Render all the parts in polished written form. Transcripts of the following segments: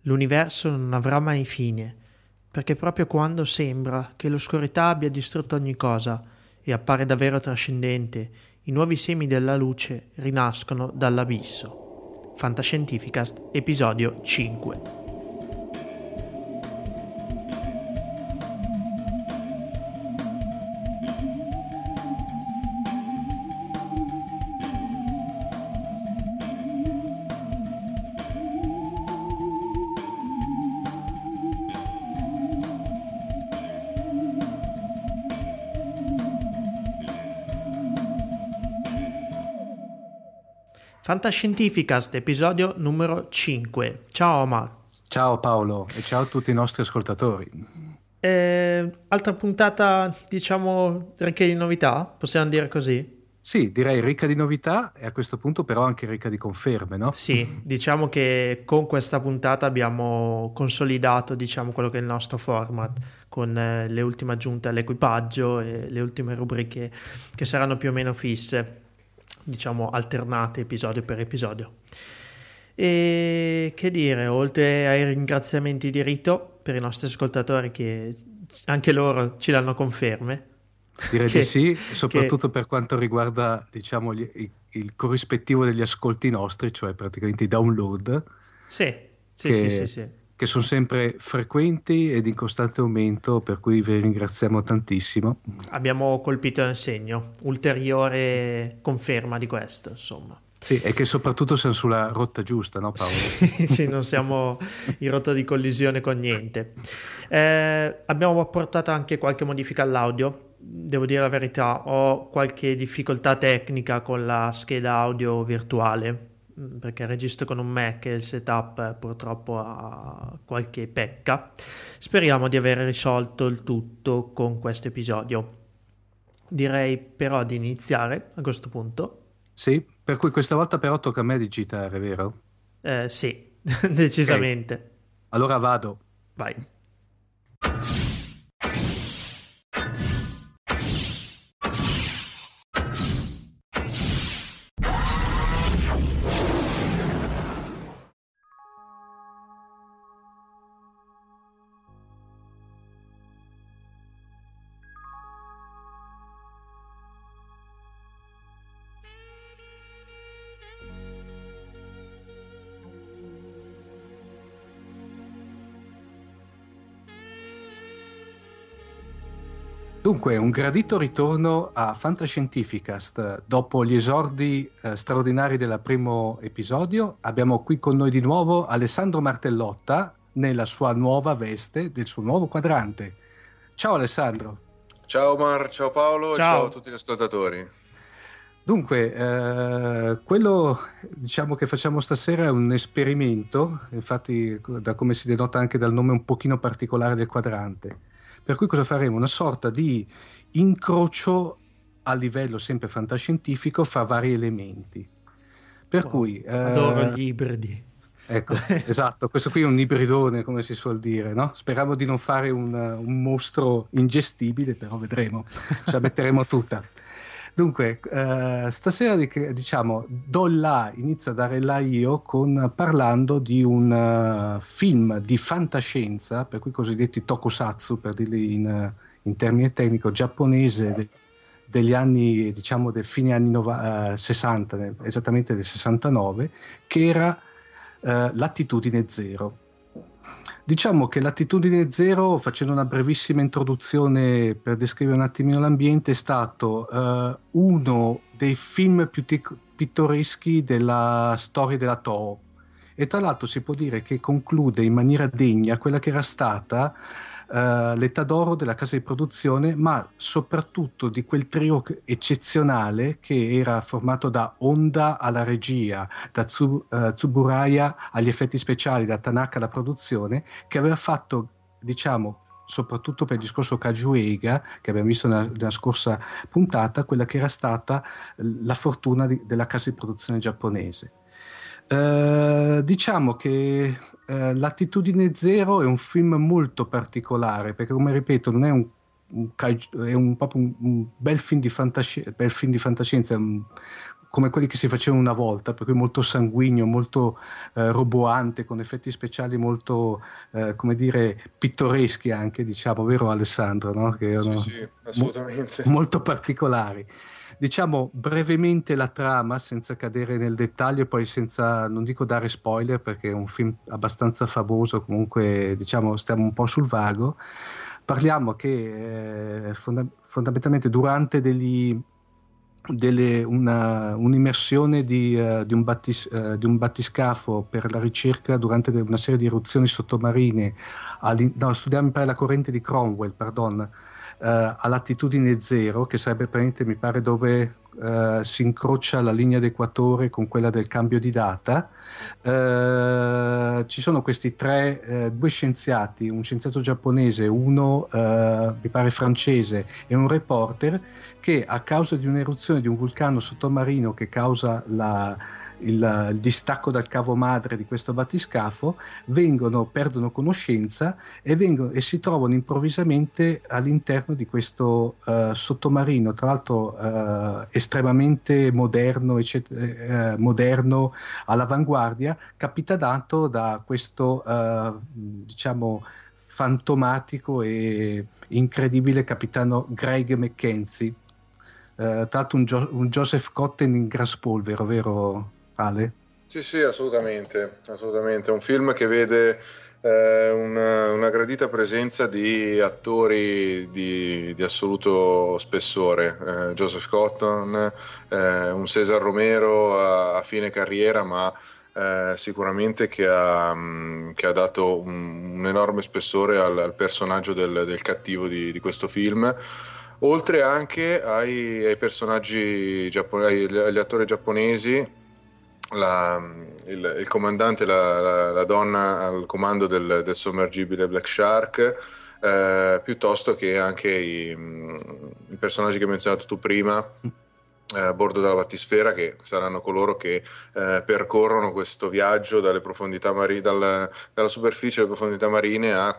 l'universo non avrà mai fine, perché proprio quando sembra che l'oscurità abbia distrutto ogni cosa e appare davvero trascendente, i nuovi semi della luce rinascono dall'abisso. Fantascientificast, episodio 5. Fantascientificast, episodio numero 5. Ciao Omar. Ciao Paolo e ciao a tutti i nostri ascoltatori. Altra puntata, diciamo, ricca di novità, possiamo dire così? Sì, direi ricca di novità e a questo punto però anche ricca di conferme, no? Sì, diciamo che con questa puntata abbiamo consolidato, diciamo, quello che è il nostro format, con le ultime aggiunte all'equipaggio e le ultime rubriche che saranno più o meno fisse, diciamo alternate episodio per episodio. E che dire, oltre ai ringraziamenti di rito per i nostri ascoltatori che anche loro ci danno conferme. Direi di sì, soprattutto per quanto riguarda, diciamo, il corrispettivo degli ascolti nostri, cioè praticamente i download, Sì. che sono sempre frequenti ed in costante aumento, per cui vi ringraziamo tantissimo. Abbiamo colpito nel segno, ulteriore conferma di questo, insomma. Sì, e che soprattutto siamo sulla rotta giusta, no Paolo? Sì, non siamo in rotta di collisione con niente. Abbiamo apportato anche qualche modifica all'audio. Devo dire la verità, ho qualche difficoltà tecnica con la scheda audio virtuale, perché registro con un Mac e il setup purtroppo ha qualche pecca. Speriamo di aver risolto il tutto con questo episodio. Direi però di iniziare a questo punto. Sì, per cui questa volta però tocca a me digitare, vero? Sì, decisamente. Okay. Allora vado. Vai. Dunque, un gradito ritorno a Fantascientificast. Dopo gli esordi straordinari del primo episodio, abbiamo qui con noi di nuovo Alessandro Martellotta nella sua nuova veste del suo nuovo quadrante. Ciao Alessandro. Ciao Mar, ciao Paolo e ciao a tutti gli ascoltatori. Dunque, quello diciamo che facciamo stasera è un esperimento, infatti da come si denota anche dal nome un pochino particolare del quadrante. Per cui cosa faremo? Una sorta di incrocio a livello sempre fantascientifico fra vari elementi. Per cui adoro gli ibridi. Ecco, esatto, questo qui è un ibridone, come si suol dire, no? Speriamo di non fare un mostro ingestibile, però vedremo, ce la metteremo tutta. Dunque, stasera diciamo inizio a dare là io parlando di un film di fantascienza, per cui cosiddetti tokusatsu, per dirli in termini tecnico, giapponese degli anni, diciamo, del fine anni 60, esattamente del 69, che era L'attitudine zero. Diciamo che L'attitudine zero, facendo una brevissima introduzione per descrivere un attimino l'ambiente, è stato uno dei film più pittoreschi della storia della Toho, e tra l'altro si può dire che conclude in maniera degna quella che era stata l'età d'oro della casa di produzione, ma soprattutto di quel trio eccezionale che era formato da Honda alla regia, da Tsuburaya agli effetti speciali, da Tanaka alla produzione, che aveva fatto, diciamo, soprattutto per il discorso Kajueiga, che abbiamo visto nella scorsa puntata, quella che era stata la fortuna della casa di produzione giapponese. Diciamo che L'attitudine zero è un film molto particolare, perché, come ripeto, non è è proprio un bel film di fantascienza, come quelli che si facevano una volta, per cui molto sanguigno, molto roboante, con effetti speciali molto, come dire, pittoreschi anche, diciamo, vero Alessandro, no? Che Sì, erano sì, assolutamente. molto particolari. Diciamo brevemente la trama, senza cadere nel dettaglio, poi senza, non dico dare spoiler perché è un film abbastanza famoso, comunque diciamo stiamo un po' sul vago. Parliamo che fondamentalmente durante un'immersione di un battiscafo per la ricerca durante una serie di eruzioni sottomarine, no, studiamo per la corrente di Cromwell, pardon, a latitudine zero, che sarebbe praticamente, mi pare, dove si incrocia la linea d'equatore con quella del cambio di data. Ci sono questi due scienziati, un scienziato giapponese, uno mi pare francese e un reporter, che a causa di un'eruzione di un vulcano sottomarino che causa il distacco dal cavo madre di questo battiscafo, perdono conoscenza e si trovano improvvisamente all'interno di questo sottomarino, tra l'altro estremamente moderno, moderno, all'avanguardia, capitanato da questo diciamo fantomatico e incredibile capitano Greg Mackenzie. Tra l'altro un Joseph Cotten in graspolvero, vero Ale? Sì, sì, assolutamente, assolutamente. È un film che vede una gradita presenza di attori di assoluto spessore. Joseph Cotton, un Cesar Romero a fine carriera, ma sicuramente che ha dato un enorme spessore al personaggio del cattivo di questo film. Oltre anche ai personaggi agli attori giapponesi, il comandante, la donna al comando del sommergibile Black Shark, piuttosto che anche i personaggi che hai menzionato tu prima, a bordo della battisfera, che saranno coloro che percorrono questo viaggio dalle profondità dalla superficie alle profondità marine a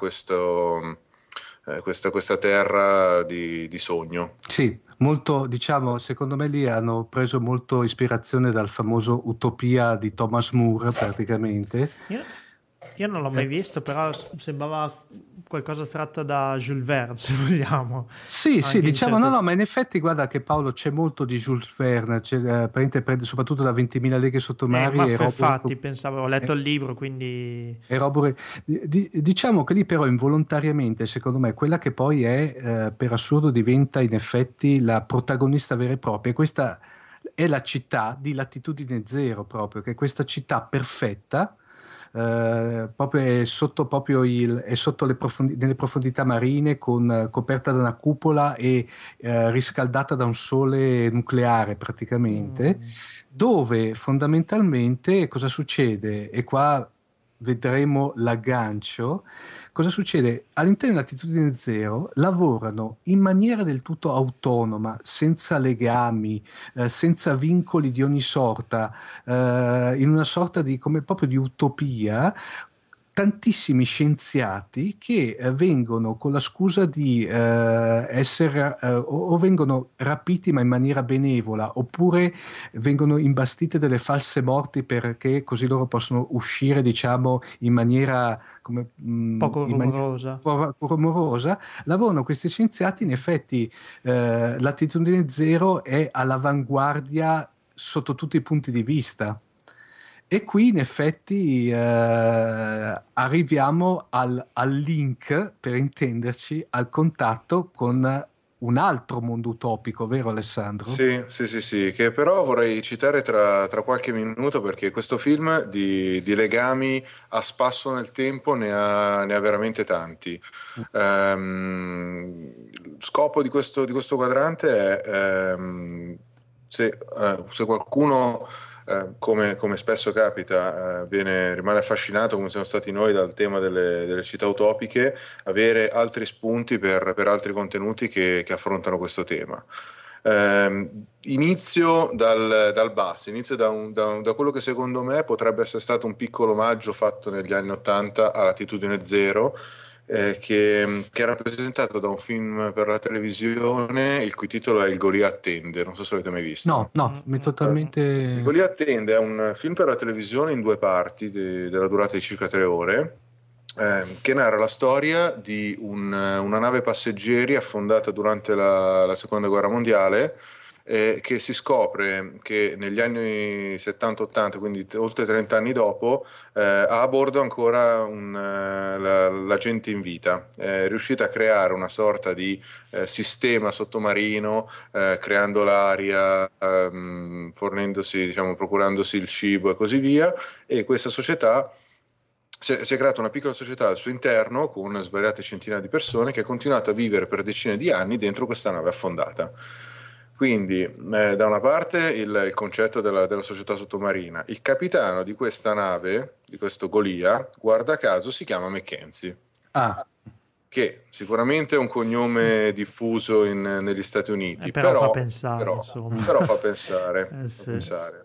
questa terra di sogno. Sì, molto, diciamo, secondo me lì hanno preso molto ispirazione dal famoso Utopia di Thomas More, praticamente. Io non l'ho mai visto, però sembrava qualcosa tratto da Jules Verne, se vogliamo. Sì, sì, diciamo, certo... no, ma in effetti guarda che Paolo c'è molto di Jules Verne, prende soprattutto da 20.000 leghe sotto mare ma e infatti, pensavo, ho letto il libro, quindi... Diciamo che lì però involontariamente, secondo me, quella che poi è, per assurdo, diventa in effetti la protagonista vera e propria. Questa è la città di latitudine zero, proprio, che è questa città perfetta, proprio è sotto nelle profondità marine, coperta da una cupola e riscaldata da un sole nucleare praticamente, dove fondamentalmente cosa succede? E qua vedremo l'aggancio. Cosa succede? All'interno di Latitudine Zero lavorano in maniera del tutto autonoma, senza legami, senza vincoli di ogni sorta, in una sorta di, come proprio di utopia, tantissimi scienziati che vengono con la scusa di essere o vengono rapiti ma in maniera benevola, oppure vengono imbastite delle false morti perché così loro possono uscire, diciamo, in maniera poco rumorosa. Poco rumorosa. Lavorano questi scienziati, in effetti Latitudine Zero è all'avanguardia sotto tutti i punti di vista. E qui in effetti arriviamo al link, per intenderci, al contatto con un altro mondo utopico, vero Alessandro? Sì, sì, sì, sì, che però vorrei citare tra qualche minuto, perché questo film di legami a spasso nel tempo ne ha veramente tanti. Il scopo di questo quadrante è se qualcuno, come spesso capita, rimane affascinato, come siamo stati noi, dal tema delle città utopiche, avere altri spunti per altri contenuti che affrontano questo tema. Inizio dal basso, inizio da quello che secondo me potrebbe essere stato un piccolo omaggio fatto negli anni '80 a Latitudine Zero, che è rappresentato da un film per la televisione, il cui titolo è Il Golia attende, non so se l'avete mai visto. No, mi totalmente... Il Golia attende è un film per la televisione in due parti, della durata di circa 3 ore, che narra la storia di una nave passeggeri affondata durante la Seconda Guerra Mondiale, che si scopre che negli anni 70-80, quindi oltre 30 anni dopo, ha a bordo ancora la gente in vita. È riuscita a creare una sorta di sistema sottomarino, creando l'aria, fornendosi, diciamo, procurandosi il cibo e così via, e questa società si è creata una piccola società al suo interno con svariate centinaia di persone che ha continuato a vivere per decine di anni dentro questa nave affondata. Quindi, da una parte il concetto della società sottomarina, il capitano di questa nave, di questo Golia, guarda caso si chiama Mackenzie, che sicuramente è un cognome diffuso negli Stati Uniti, però fa pensare, insomma. Però fa pensare. Sì. Fa pensare.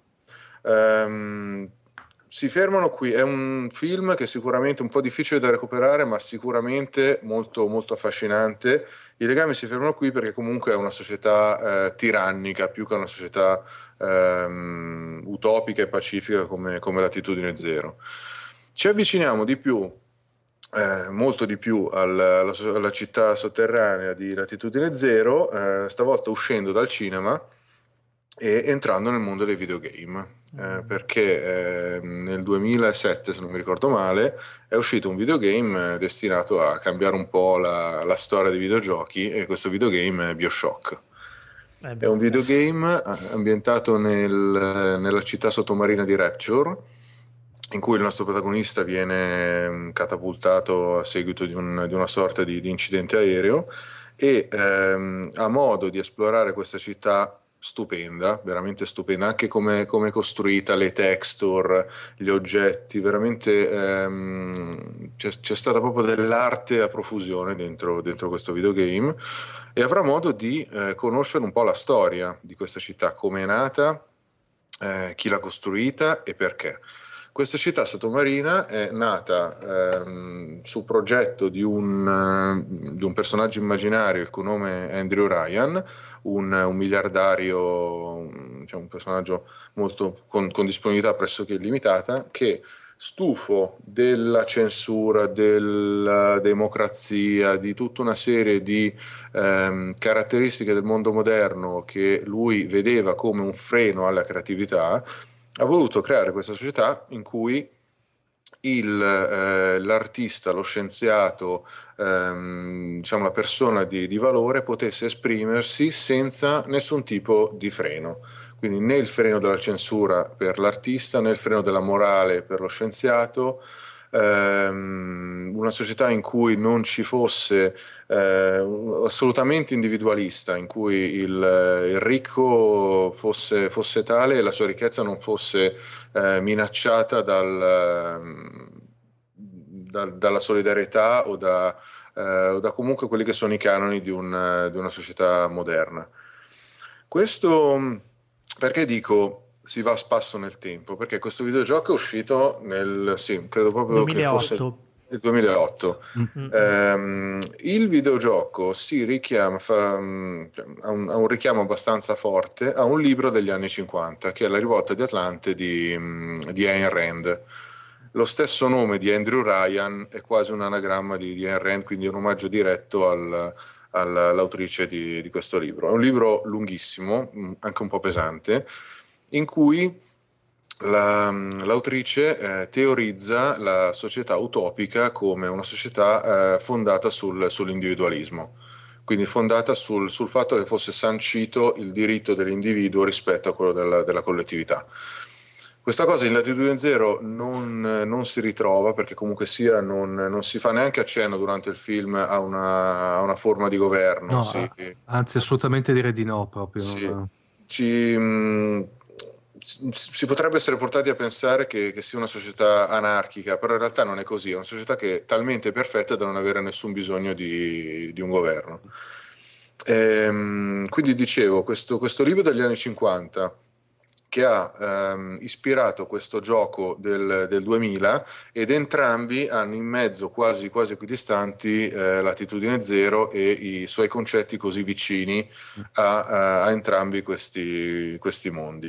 Si fermano qui, è un film che è sicuramente un po' difficile da recuperare, ma sicuramente molto, molto affascinante. I legami si fermano qui perché comunque è una società tirannica più che una società utopica e pacifica come Latitudine Zero. Ci avviciniamo di più, molto di più alla città sotterranea di Latitudine Zero, stavolta uscendo dal cinema e entrando nel mondo dei videogame, perché nel 2007, se non mi ricordo male, è uscito un videogame destinato a cambiare un po' la storia dei videogiochi, e questo videogame è BioShock. È un videogame ambientato nella città sottomarina di Rapture, in cui il nostro protagonista viene catapultato a seguito di una sorta di incidente aereo, e ha modo di esplorare questa città stupenda, veramente stupenda, anche come è costruita, le texture, gli oggetti, veramente c'è stata proprio dell'arte a profusione dentro questo videogame, e avrà modo di conoscere un po' la storia di questa città, come è nata, chi l'ha costruita e perché. Questa città sottomarina è nata su progetto di un personaggio immaginario, il cui nome è Andrew Ryan, un miliardario, cioè un personaggio molto con disponibilità pressoché illimitata, che, stufo della censura, della democrazia, di tutta una serie di caratteristiche del mondo moderno che lui vedeva come un freno alla creatività, ha voluto creare questa società in cui l'artista, lo scienziato, diciamo la persona di valore potesse esprimersi senza nessun tipo di freno. Quindi né il freno della censura per l'artista, né il freno della morale per lo scienziato, una società in cui non ci fosse assolutamente individualista, in cui il ricco fosse tale e la sua ricchezza non fosse minacciata dalla solidarietà o da comunque quelli che sono i canoni di una società moderna. Questo perché dico si va a spasso nel tempo, perché questo videogioco è uscito credo proprio 2008. che fosse il 2008. Il videogioco si richiama, ha un richiamo abbastanza forte a un libro degli anni 50, che è La rivolta di Atlante di Ayn Rand. Lo stesso nome di Andrew Ryan è quasi un anagramma di Ayn Rand, quindi un omaggio diretto all'autrice di questo libro. È un libro lunghissimo, anche un po' pesante, in cui l'autrice teorizza la società utopica come una società fondata sull'individualismo, quindi fondata sul fatto che fosse sancito il diritto dell'individuo rispetto a quello della collettività. Questa cosa in Latitudine Zero non si ritrova, perché comunque sia non si fa neanche accenno durante il film a una forma di governo. No, anzi, assolutamente direi di no, proprio. Sì. Si potrebbe essere portati a pensare che sia una società anarchica, però in realtà non è così, è una società che è talmente perfetta da non avere nessun bisogno di un governo. Quindi dicevo, questo libro degli anni 50, che ha ispirato questo gioco del 2000, ed entrambi hanno in mezzo, quasi equidistanti, Latitudine Zero e i suoi concetti così vicini a entrambi questi mondi.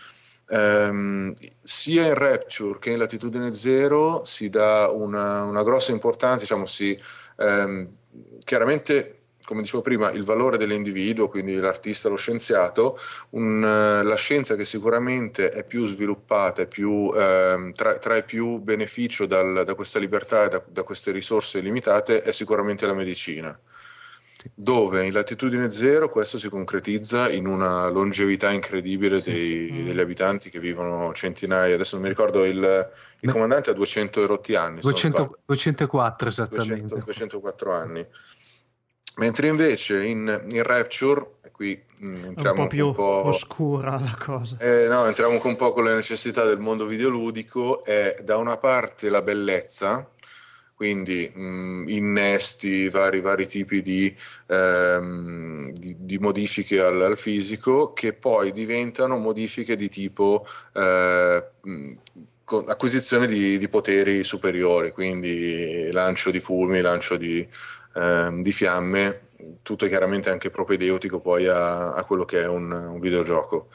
Sia in Rapture che in Latitudine Zero si dà una grossa importanza, diciamo, chiaramente, come dicevo prima, il valore dell'individuo, quindi l'artista, lo scienziato, la scienza che sicuramente è più sviluppata, è più, trae più beneficio da questa libertà e da queste risorse limitate, è sicuramente la medicina. Dove in Latitudine Zero questo si concretizza in una longevità incredibile degli abitanti che vivono centinaia, adesso non mi ricordo, il comandante ha 200 e rotti anni, 204 esattamente. 204 anni. Mentre invece in Rapture, e qui entriamo un po' più oscura la cosa. No, entriamo anche un po' con le necessità del mondo videoludico, è da una parte la bellezza, quindi innesti, vari tipi di modifiche al fisico, che poi diventano modifiche di tipo acquisizione di poteri superiori, quindi lancio di fulmini, lancio di fiamme, tutto chiaramente anche propedeutico poi a quello che è un videogioco.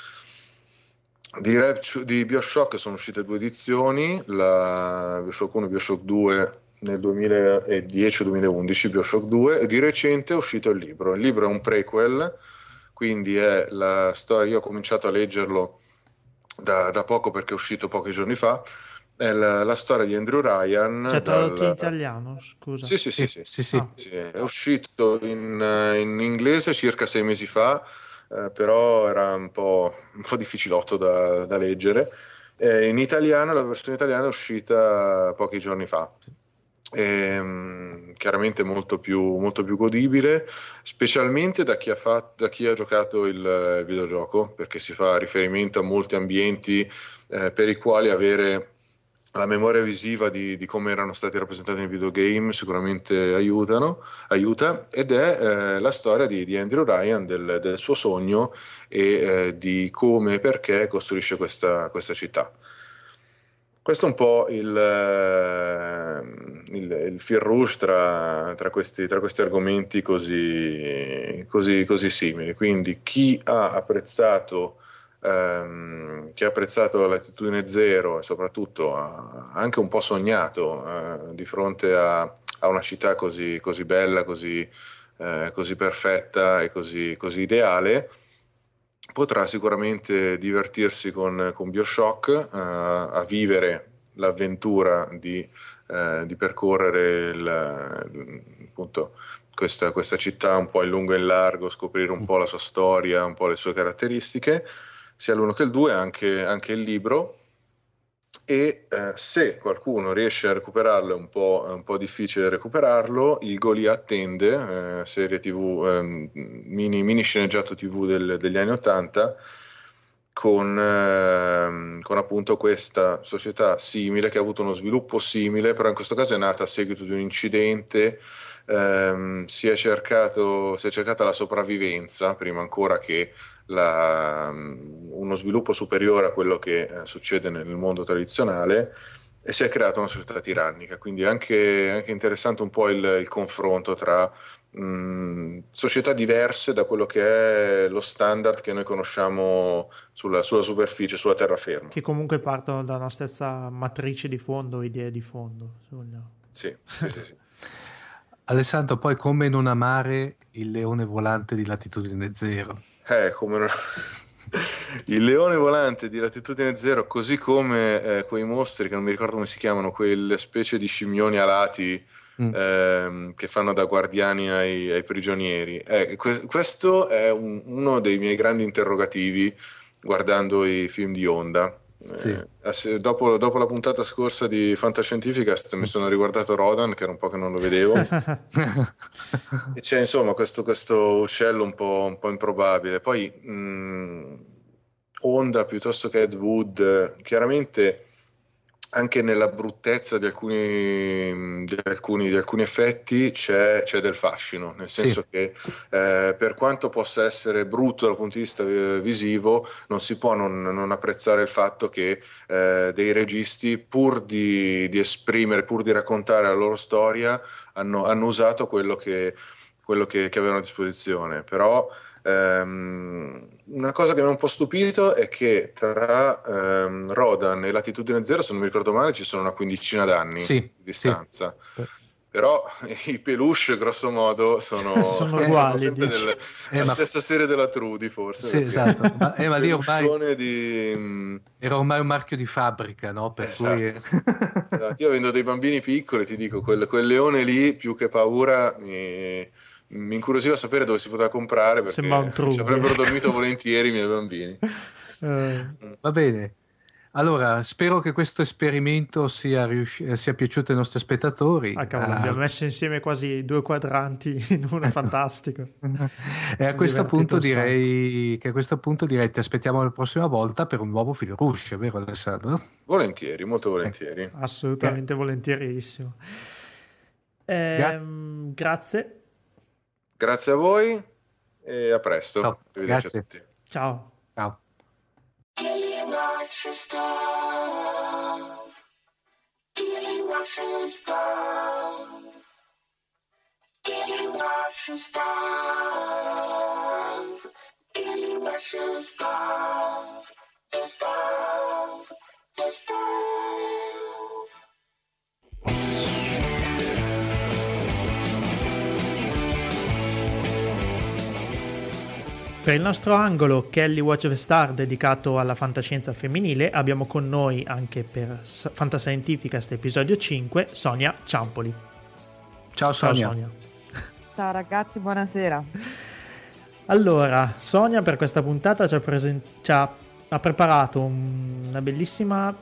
Di BioShock sono uscite 2 edizioni, la BioShock 1 e BioShock 2 nel 2010-2011, BioShock 2, e di recente è uscito il libro. Il libro è un prequel, quindi è la storia, io ho cominciato a leggerlo da poco perché è uscito pochi giorni fa, è la storia di Andrew Ryan. C'è tradotto in italiano, scusa? Sì. Sì. Sì, è uscito in inglese circa 6 mesi fa, però era un po' difficilotto da leggere. In italiano, la versione italiana è uscita pochi giorni fa. Chiaramente molto più godibile, specialmente da chi ha giocato il videogioco, perché si fa riferimento a molti ambienti per i quali avere la memoria visiva di come erano stati rappresentati nei videogame sicuramente aiuta, ed è la storia di Andrew Ryan, del suo sogno e di come e perché costruisce questa città. Questo è un po' il fil rouge tra questi argomenti così simili. Quindi chi ha apprezzato Latitudine Zero e soprattutto ha anche un po' sognato di fronte a una città così bella, così perfetta e così ideale, potrà sicuramente divertirsi con BioShock, a vivere l'avventura di percorrere appunto questa città un po' in lungo e in largo, scoprire un po' la sua storia, un po' le sue caratteristiche, sia l'1 che il 2, anche il libro. E se qualcuno riesce a recuperarlo, è un po' difficile recuperarlo, il Goli attende, serie TV, mini sceneggiato TV degli anni 80, con appunto questa società simile, che ha avuto uno sviluppo simile, però in questo caso è nata a seguito di un incidente. Si è cercata la sopravvivenza prima ancora che uno sviluppo superiore a quello che succede nel mondo tradizionale, e si è creata una società tirannica. Quindi è anche interessante un po' il confronto tra società diverse da quello che è lo standard che noi conosciamo sulla superficie, sulla terraferma. Che comunque partono da una stessa matrice di fondo, idee di fondo. Sì. Alessandro, poi come non amare il leone volante di Latitudine Zero? Come no. Il leone volante di Latitudine Zero, così come quei mostri che non mi ricordo come si chiamano, quelle specie di scimmioni alati che fanno da guardiani ai prigionieri. Questo è uno dei miei grandi interrogativi guardando i film di Honda. Sì. Dopo la puntata scorsa di Fantascientificast mi sono riguardato Rodan, che era un po' che non lo vedevo, e c'è insomma questo uccello un po' improbabile. Poi Honda piuttosto che Ed Wood, chiaramente anche nella bruttezza di di alcuni effetti c'è del fascino, nel senso che per quanto possa essere brutto dal punto di vista visivo, non si può non apprezzare il fatto che dei registi, pur di esprimere, pur di raccontare la loro storia, hanno usato quello che avevano a disposizione. Però una cosa che mi ha un po' stupito è che tra Rodan e Latitudine Zero, se non mi ricordo male, ci sono una quindicina d'anni di distanza. Sì. Però i peluche, grosso modo, sono uguali, sempre dici. la stessa serie della Trudy, forse. Sì, esatto. Ma lì ormai era ormai un marchio di fabbrica, no? Per cui... Esatto. Io avendo dei bambini piccoli, ti dico, quel leone lì, più che paura, mi incuriosiva sapere dove si poteva comprare, perché ci avrebbero dormito volentieri i miei bambini. Va bene. Allora, spero che questo esperimento sia piaciuto ai nostri spettatori. Cavolo, abbiamo messo insieme quasi 2 quadranti in uno fantastico. E a questo punto direi ti aspettiamo la prossima volta per un nuovo Fil Rouge, vero Alessandro? Volentieri, molto volentieri. Assolutamente volentierissimo. Grazie. Grazie a voi e a presto. No, grazie. A tutti. Ciao. Ciao. Watch the stars. Gilly watch the stars. Gilly watch the stars. The stars. The stars. Per il nostro angolo Kelly Watch the Star dedicato alla fantascienza femminile abbiamo con noi anche per Fantascientificast episodio 5 Sonia Ciampoli. Ciao Sonia. Ciao ragazzi, buonasera. Allora, Sonia per questa puntata ha preparato una bellissima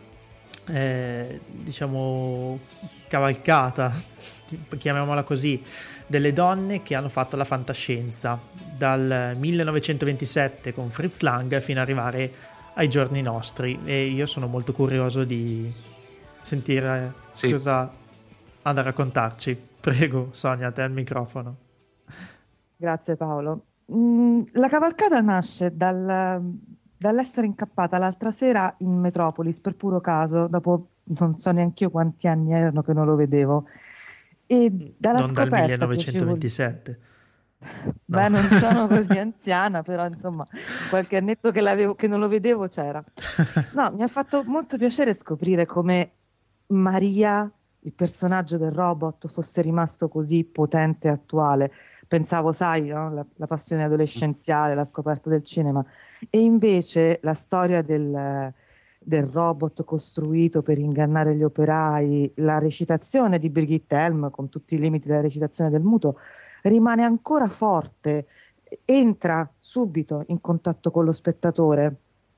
cavalcata, chiamiamola così, delle donne che hanno fatto la fantascienza dal 1927 con Fritz Lang fino ad arrivare ai giorni nostri, e io sono molto curioso di sentire cosa ha da raccontarci. Prego Sonia, a te il microfono. Grazie Paolo. La cavalcata nasce dall'essere incappata l'altra sera in Metropolis per puro caso, dopo non so neanche io quanti anni erano che non lo vedevo. E dalla non dal 1927. Beh, non sono così anziana, però insomma qualche annetto che non lo vedevo c'era. No, mi ha fatto molto piacere scoprire come Maria, il personaggio del robot, fosse rimasto così potente e attuale. Pensavo, sai, no? La passione adolescenziale, la scoperta del cinema, e invece la storia del robot costruito per ingannare gli operai, la recitazione di Brigitte Helm con tutti i limiti della recitazione del muto, rimane ancora forte, entra subito in contatto con lo spettatore,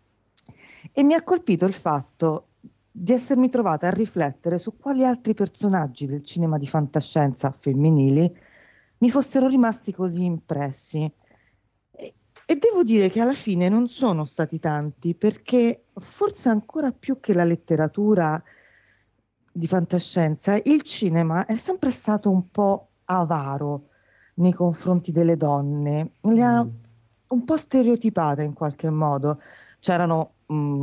e mi ha colpito il fatto di essermi trovata a riflettere su quali altri personaggi del cinema di fantascienza femminili mi fossero rimasti così impressi. E devo dire che alla fine non sono stati tanti, perché forse ancora più che la letteratura di fantascienza, il cinema è sempre stato un po' avaro nei confronti delle donne, le ha un po' stereotipate in qualche modo. C'erano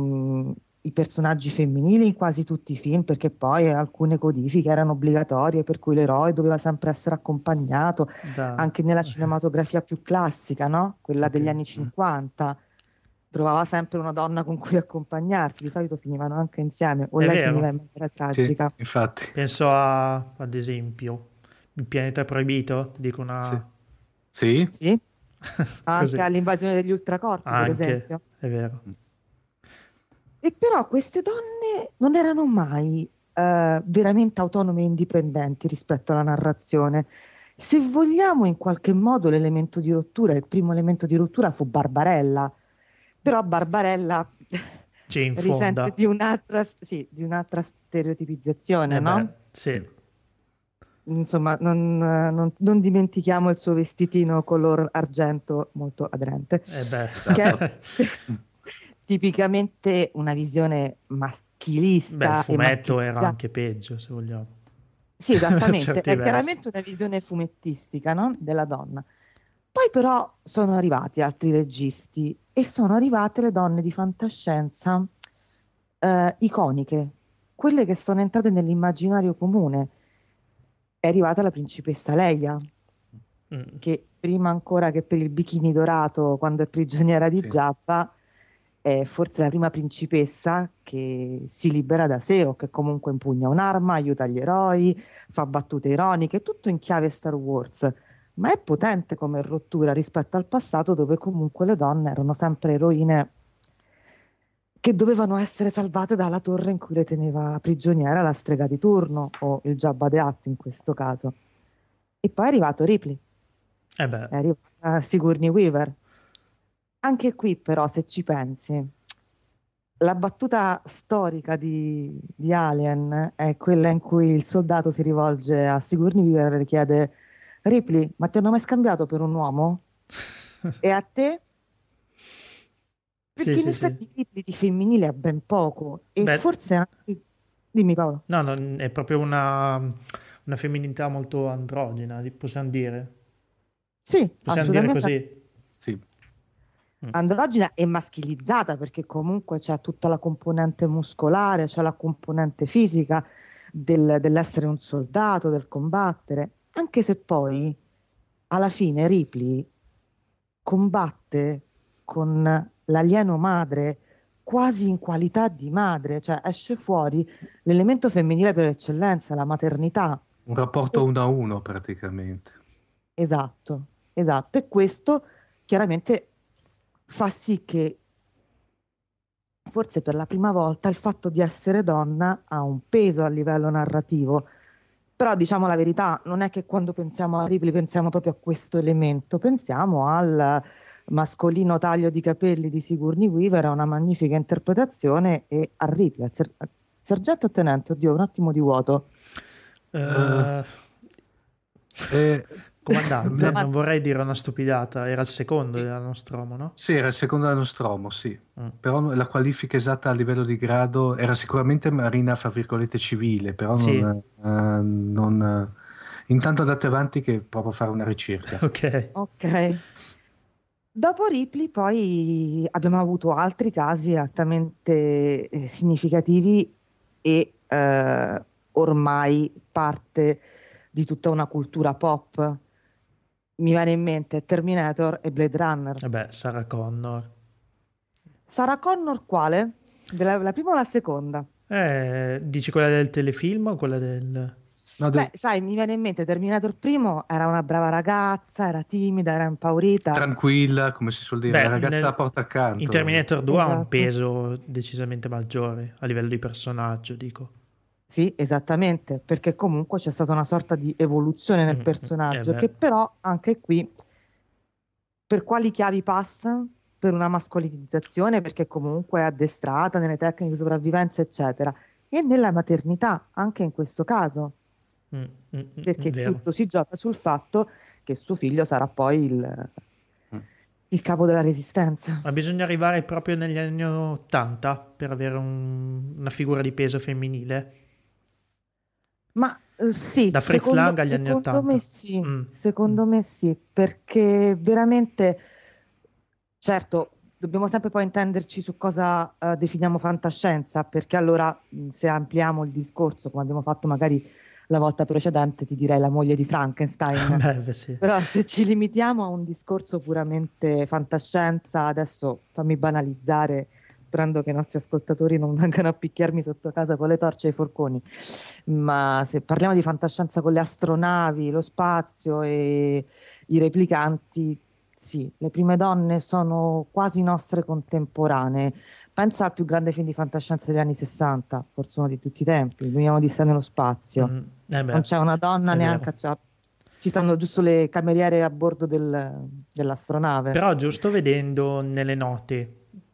i personaggi femminili in quasi tutti i film, perché poi alcune codifiche erano obbligatorie, per cui l'eroe doveva sempre essere accompagnato, anche nella cinematografia più classica, no? Quella degli anni 50, trovava sempre una donna con cui accompagnarsi, di solito finivano anche insieme, o lei finiva in maniera tragica. Sì, infatti. Penso ad esempio Il pianeta proibito, dico una... Sì? Anche all'invasione degli ultracorpi, per esempio. È vero. E però queste donne non erano mai veramente autonome e indipendenti rispetto alla narrazione. Se vogliamo, in qualche modo l'elemento di rottura, il primo elemento di rottura fu Barbarella, però Barbarella risente di un'altra stereotipizzazione, no? Sì. Insomma, non dimentichiamo il suo vestitino color argento molto aderente. Che tipicamente una visione maschilista. Beh, il fumetto era anche peggio, se vogliamo. Sì, per esattamente, certi è versi. chiaramente una visione fumettistica, no? Della donna. Poi però sono arrivati altri registi e sono arrivate le donne di fantascienza iconiche, quelle che sono entrate nell'immaginario comune. È arrivata la principessa Leia, Mm. che prima ancora che per il bikini dorato quando è prigioniera di Sì. Giappa, è forse la prima principessa che si libera da sé o che comunque impugna un'arma, aiuta gli eroi, fa battute ironiche, tutto in chiave Star Wars. Ma è potente come rottura rispetto al passato dove comunque le donne erano sempre eroine che dovevano essere salvate dalla torre in cui le teneva prigioniera la strega di turno o il Jabba the Hutt in questo caso. E poi è arrivato Ripley, Eh beh, è arrivata Sigourney Weaver. Anche qui però, se ci pensi, la battuta storica di Alien è quella in cui il soldato si rivolge a Sigourney Weaver e le chiede: Ripley, ma ti hanno mai scambiato per un uomo? E a te? sì, Perché in sì, sì. effetti Ripley di femminile ha ben poco e Beh, forse anche... Dimmi Paolo. no, è proprio una femminilità molto androgina, possiamo dire. Sì, Possiamo dire assolutamente così. Sì. Mm. androgina e maschilizzata perché comunque c'è tutta la componente muscolare, c'è la componente fisica dell'essere un soldato, del combattere, anche se poi alla fine Ripley combatte con l'alieno madre quasi in qualità di madre, cioè esce fuori l'elemento femminile per eccellenza, la maternità. Un rapporto E- 1-1 praticamente. esatto, esatto. E questo chiaramente fa sì che forse per la prima volta il fatto di essere donna ha un peso a livello narrativo. Però diciamo la verità, non è che quando pensiamo a Ripley pensiamo proprio a questo elemento, pensiamo al mascolino taglio di capelli di Sigourney Weaver, a una magnifica interpretazione, e a Ripley, sergente o tenente, oddio, un attimo di vuoto. Eh, Eh, eh, comandante, Davanti- non vorrei dire una stupidata, era il secondo della Nostromo, no? sì, era il secondo anno Nostromo, sì. Mm. Però la qualifica esatta a livello di grado era sicuramente marina, fra virgolette, civile, però Sì, intanto andate avanti che provo a fare una ricerca. ok. Ok. Dopo Ripley poi abbiamo avuto altri casi altamente significativi e ormai parte di tutta una cultura pop. Mi viene in mente Terminator e Blade Runner. Vabbè, Sarah Connor. Sarah Connor quale? La prima o la seconda? Dici quella del telefilm o quella del... No, Beh, sai, mi viene in mente Terminator primo, era una brava ragazza, era timida, era impaurita. tranquilla, come si suol dire, la Beh, ragazza la porta in accanto. Terminator 2 ha un Esatto. peso decisamente maggiore a livello di personaggio, dico. Sì, esattamente, perché comunque c'è stata una sorta di evoluzione nel personaggio Beh, che però anche qui per quali chiavi passa? Per una mascolinizzazione, perché comunque è addestrata nelle tecniche di sopravvivenza, eccetera, e nella maternità, anche in questo caso, perché vero. tutto si gioca sul fatto che suo figlio sarà poi Mm. il capo della resistenza. Ma bisogna arrivare proprio negli anni 80 per avere una figura di peso femminile. Ma sì, Da Fritz Lang agli anni secondo me 80. sì, Mm, mm. secondo me sì, perché veramente, certo, dobbiamo sempre poi intenderci su cosa definiamo fantascienza, perché allora se ampliamo il discorso, come abbiamo fatto magari la volta precedente, ti direi la moglie di Frankenstein. Beh, sì. Però se ci limitiamo a un discorso puramente fantascienza, adesso fammi banalizzare, sperando che i nostri ascoltatori non vengano a picchiarmi sotto casa con le torce e i forconi, ma se parliamo di fantascienza con le astronavi, lo spazio e i replicanti, sì, le prime donne sono quasi nostre contemporanee. Pensa al più grande film di fantascienza degli anni 60, forse uno di tutti i tempi, Veniamo di sé nello spazio. Beh, Non c'è una donna è neanche, vero. ci stanno giusto le cameriere a bordo dell'astronave. Però giusto vedendo nelle note,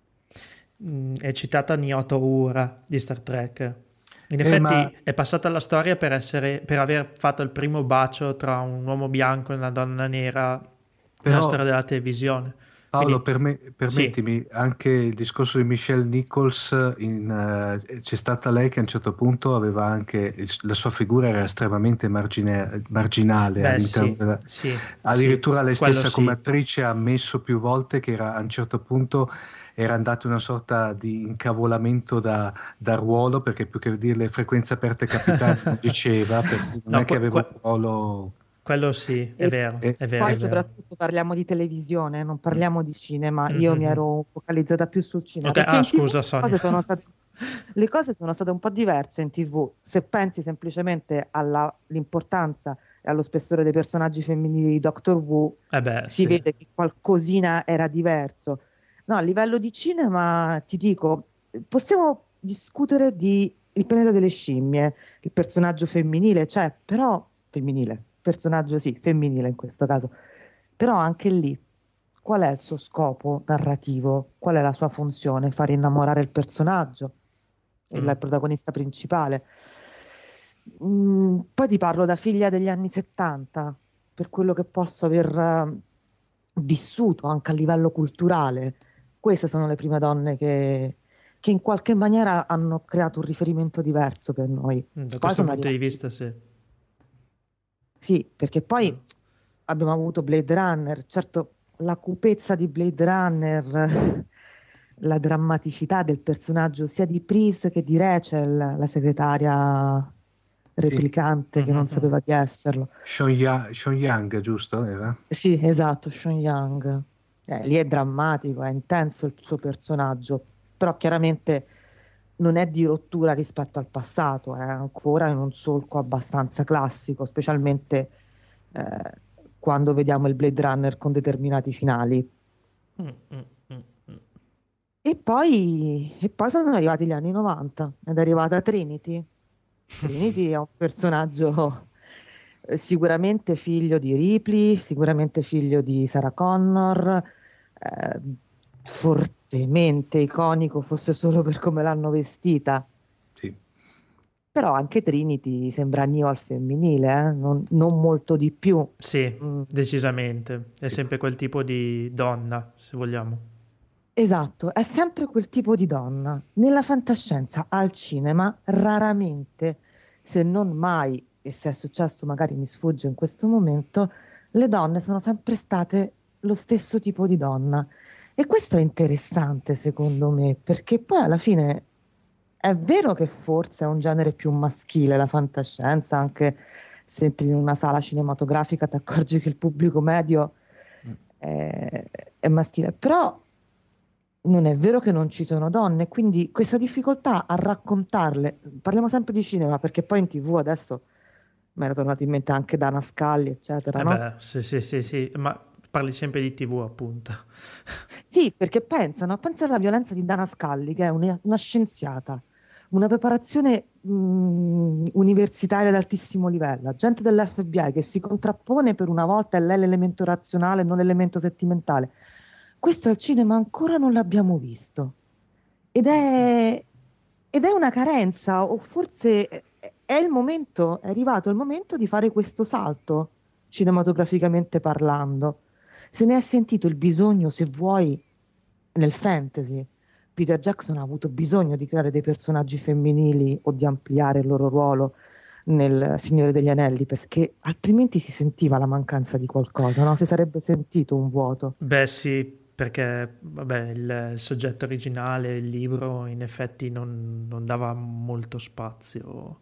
è citata Nyota Uhura di Star Trek. In Ma effetti è passata alla storia per aver fatto il primo bacio tra un uomo bianco e una donna nera nella però storia della televisione. Paolo, Quindi, sì, permettimi, anche il discorso di Michelle Nichols, c'è stata lei che a un certo punto aveva anche, la sua figura era estremamente marginale beh, all'interno sì, della... sì, sì, Addirittura lei quello stessa come sì. attrice ha ammesso più volte che a un certo punto era andato una sorta di incavolamento da ruolo, perché più che dire le frequenze aperte capitali non diceva, per cui non No, è che aveva un ruolo... quello sì, è E vero, eh, è vero, poi è vero. soprattutto parliamo di televisione, non mm, parliamo di cinema. Io mi Mhm. ero focalizzata più sul cinema, Ok, perché ah, in TV scusa, Sonia. le cose sono state un po' diverse in TV. Se pensi semplicemente all'importanza e allo spessore dei personaggi femminili di Doctor Who, Eh beh, si sì. vede che qualcosina era diverso. No, a livello di cinema, ti dico, possiamo discutere di Il pianeta delle scimmie, il personaggio femminile, cioè, però femminile, personaggio sì, femminile in questo caso, però anche lì, qual è il suo scopo narrativo? Qual è la sua funzione? Far innamorare il personaggio, il Mm. protagonista principale. Poi ti parlo da figlia degli anni 70, per quello che posso aver vissuto anche a livello culturale. Queste sono le prime donne che in qualche maniera hanno creato un riferimento diverso per noi. Da Poi questo sono punto di arrivati, vista, sì. sì, perché Mm. poi abbiamo avuto Blade Runner, certo la cupezza di Blade Runner, la drammaticità del personaggio sia di Pris che di Rachel, la segretaria sì. replicante che non Mhm. sapeva di esserlo. Sean Young, giusto? Era? Sì, esatto, Sean Young. Lì è drammatico, è intenso il suo personaggio, però chiaramente non è di rottura rispetto al passato, è ancora in un solco abbastanza classico, specialmente eh, quando vediamo il Blade Runner con determinati finali. Mm, mm, mm, mm. E poi sono arrivati gli anni 90 ed è arrivata Trinity. Trinity è un personaggio sicuramente figlio di Ripley, sicuramente figlio di Sarah Connor, eh, fortemente iconico, fosse solo per come l'hanno vestita. Sì. Però anche Trinity sembra Neo al femminile, non molto di più. Sì, Mm, decisamente. È Sì. sempre quel tipo di donna, se vogliamo. esatto, è sempre quel tipo di donna. Nella fantascienza, al cinema, raramente, se non mai, e se è successo magari mi sfugge in questo momento, le donne sono sempre state lo stesso tipo di donna. E questo è interessante secondo me, perché poi alla fine è vero che forse è un genere più maschile la fantascienza, anche se entri in una sala cinematografica ti accorgi che il pubblico medio Mm. è maschile, però non è vero che non ci sono donne, quindi questa difficoltà a raccontarle, parliamo sempre di cinema perché poi in TV adesso mi era tornato in mente anche Dana Scully, eccetera, Eh no? beh, sì, sì, sì, sì, ma parli sempre di TV, appunto. Sì, perché pensa alla violenza di Dana Scully, che è una scienziata, una preparazione universitaria ad altissimo livello, agente dell'FBI che si contrappone per una volta, è lei l'elemento razionale, non l'elemento sentimentale. Questo al cinema ancora non l'abbiamo visto. Ed è, ed è una carenza, o forse è il momento, è arrivato il momento di fare questo salto, cinematograficamente parlando. Se ne è sentito il bisogno, se vuoi, nel fantasy. Peter Jackson ha avuto bisogno di creare dei personaggi femminili o di ampliare il loro ruolo nel Signore degli Anelli, perché altrimenti si sentiva la mancanza di qualcosa, no? Si sarebbe sentito un vuoto. Beh, sì, perché vabbè, il soggetto originale, il libro, in effetti non dava molto spazio.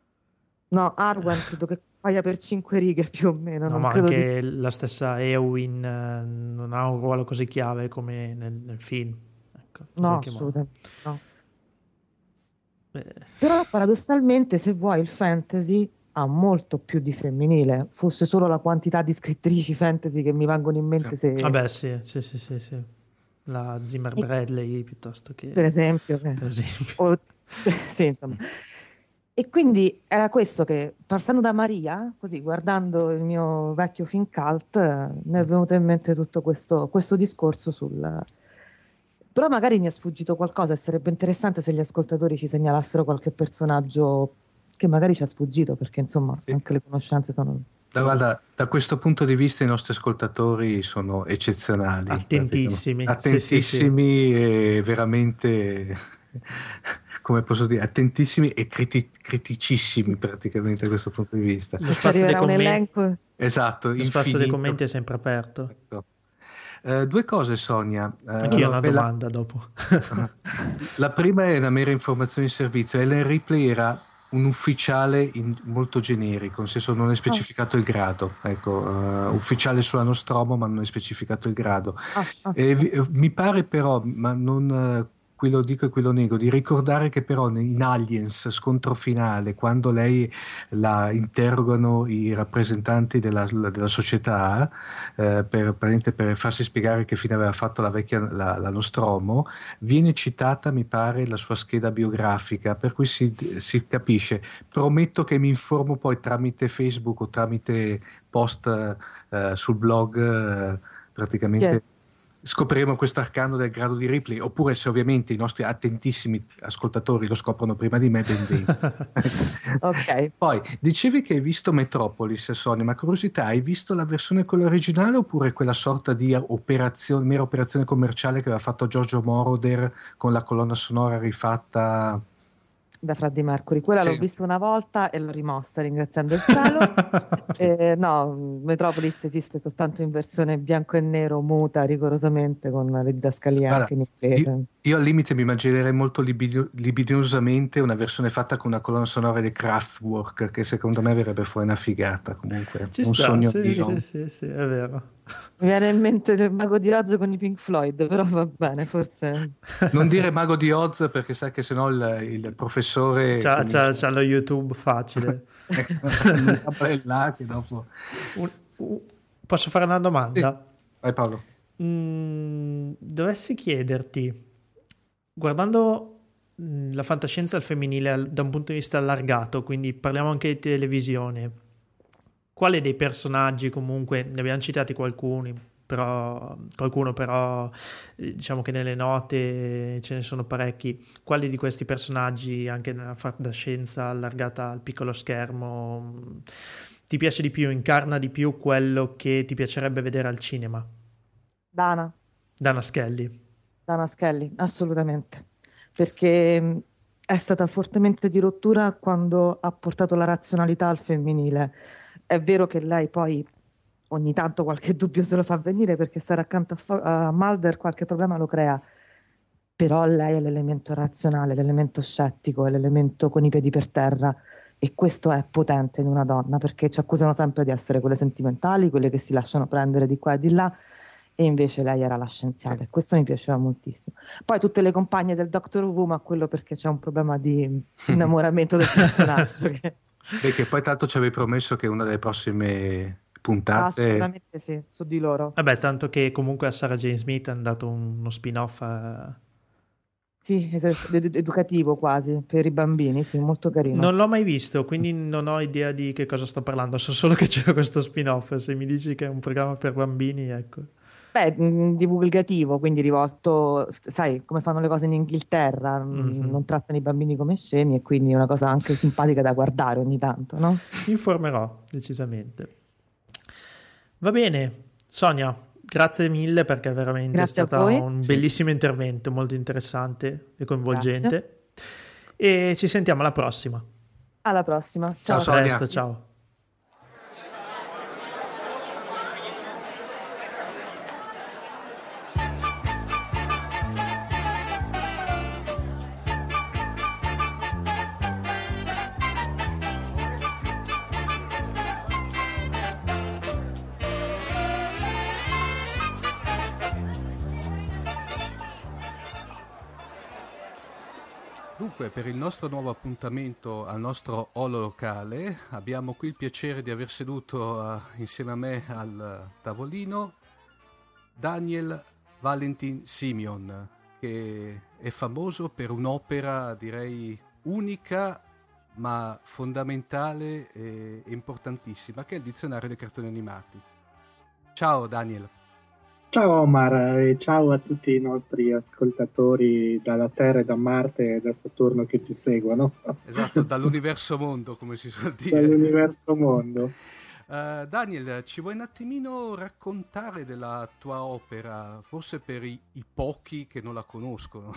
No, Arwen credo che paia per 5 righe più o meno, No, non ma credo di... anche la stessa Eowyn non ha un ruolo così chiave come nel film, ecco, in No, qualche modo. assolutamente no. Eh, Però paradossalmente, se vuoi, il fantasy ha molto più di femminile. Fosse solo la quantità di scrittrici fantasy che mi vengono in Sì. mente se, vabbè, sì, sì, sì, sì, sì. La Zimmer e- Bradley piuttosto che, per esempio, per esempio. o- sì, insomma. E quindi era questo che, partendo da Maria, così guardando il mio vecchio film cult, mi è venuto in mente tutto questo discorso sul... Però magari mi è sfuggito qualcosa e sarebbe interessante se gli ascoltatori ci segnalassero qualche personaggio che magari ci ha sfuggito, perché insomma Sì. anche le conoscenze sono Guarda, da questo punto di vista i nostri ascoltatori sono eccezionali, Attentissimi. attentissimi e veramente, come posso dire, attentissimi e criticissimi praticamente da questo punto di vista. Lo Ci spazio dei arriverà un commenti, elenco. Esatto, lo spazio dei infinito. commenti è sempre aperto. Ecco. Due cose, Sonia. Anch'io ho una Quella- domanda dopo. La prima è una mera informazione di servizio. Ellen Ripley era un ufficiale molto generico, nel senso non è specificato il grado. Ecco, ufficiale sulla Nostromo, ma non è specificato il grado. Mi pare però, ma non, qui lo dico e qui lo nego, di ricordare che però in Aliens, scontro finale, quando lei la interrogano i rappresentanti della società per farsi spiegare che fine aveva fatto la vecchia la Nostromo, viene citata, mi pare, la sua scheda biografica, per cui si capisce. Prometto che mi informo poi tramite Facebook o tramite post sul blog, praticamente scopriremo questo arcano del grado di Ripley, oppure se ovviamente i nostri attentissimi ascoltatori lo scoprono prima di me, ben venga. Ok. Poi, dicevi che hai visto Metropolis, Sonia, ma curiosità, hai visto la versione quella originale oppure quella sorta di mera operazione commerciale che aveva fatto Giorgio Moroder con la colonna sonora rifatta? Da Freddie Mercury, quella Sì. l'ho vista una volta e l'ho rimossa ringraziando il cielo. No, Metropolis esiste soltanto in versione bianco e nero, muta rigorosamente, con le didascalie Guarda, anche in inglese. io al limite mi immaginerei molto libidinosamente una versione fatta con una colonna sonora di Kraftwerk, che secondo me verrebbe fuori una figata, comunque Ci un sta, sogno sì, mio. sì, è vero. Mi viene in mente il Mago di Oz con i Pink Floyd, però va bene, forse. Non dire Mago di Oz perché sai che sennò il professore C'ha lo YouTube facile. là che dopo... Posso fare una Sì, domanda? vai Paolo. Dovessi chiederti, guardando la fantascienza al femminile da un punto di vista allargato, quindi parliamo anche di televisione, quale dei personaggi, comunque ne abbiamo citati qualcuno, però diciamo che nelle note ce ne sono parecchi, quali di questi personaggi anche nella fantascienza allargata al piccolo schermo ti piace di più, incarna di più quello che ti piacerebbe vedere al cinema? Dana Skelly. Dana Skelly, assolutamente, perché è stata fortemente di rottura quando ha portato la razionalità al femminile. È vero che lei poi ogni tanto qualche dubbio se lo fa venire perché stare accanto a Mulder qualche problema lo crea, però lei è l'elemento razionale, l'elemento scettico, è l'elemento con i piedi per terra, e questo è potente in una donna, perché ci accusano sempre di essere quelle sentimentali, quelle che si lasciano prendere di qua e di là, e invece lei era la scienziata, e questo mi piaceva moltissimo. Poi tutte le compagne del Doctor Who, ma quello perché c'è un problema di innamoramento del personaggio. Beh, che poi tanto ci avevi promesso che una delle prossime puntate... Assolutamente sì, su di loro. Vabbè, tanto che comunque a Sarah Jane Smith hanno dato uno spin-off. Sì, educativo quasi, per i bambini, sì, molto carino. Non l'ho mai visto, quindi non ho idea di che cosa sto parlando, so solo che c'è questo spin-off. Se mi dici che è un programma per bambini, ecco. Beh, divulgativo, quindi rivolto, sai, come fanno le cose in Inghilterra, non trattano i bambini come scemi, e quindi è una cosa anche simpatica da guardare ogni tanto, no? Mi informerò, decisamente. Va bene, Sonia, grazie mille perché veramente Grazie è a stato voi. un bellissimo intervento, molto interessante e coinvolgente. E ci sentiamo alla prossima. Alla prossima. Ciao, A Sonia. presto, ciao. Dunque, per il nostro nuovo appuntamento al nostro Olo locale abbiamo qui il piacere di aver seduto insieme a me al tavolino Daniel Valentin Simeon, che è famoso per un'opera, direi, unica ma fondamentale e importantissima, che è il dizionario dei cartoni animati. Ciao Daniel. Ciao Omar e ciao a tutti i nostri ascoltatori dalla Terra e da Marte e da Saturno che ci seguono. Esatto, dall'universo mondo, come si suol dire. Dall'universo mondo. Daniel, ci vuoi un attimino raccontare della tua opera, forse per i pochi che non la conoscono?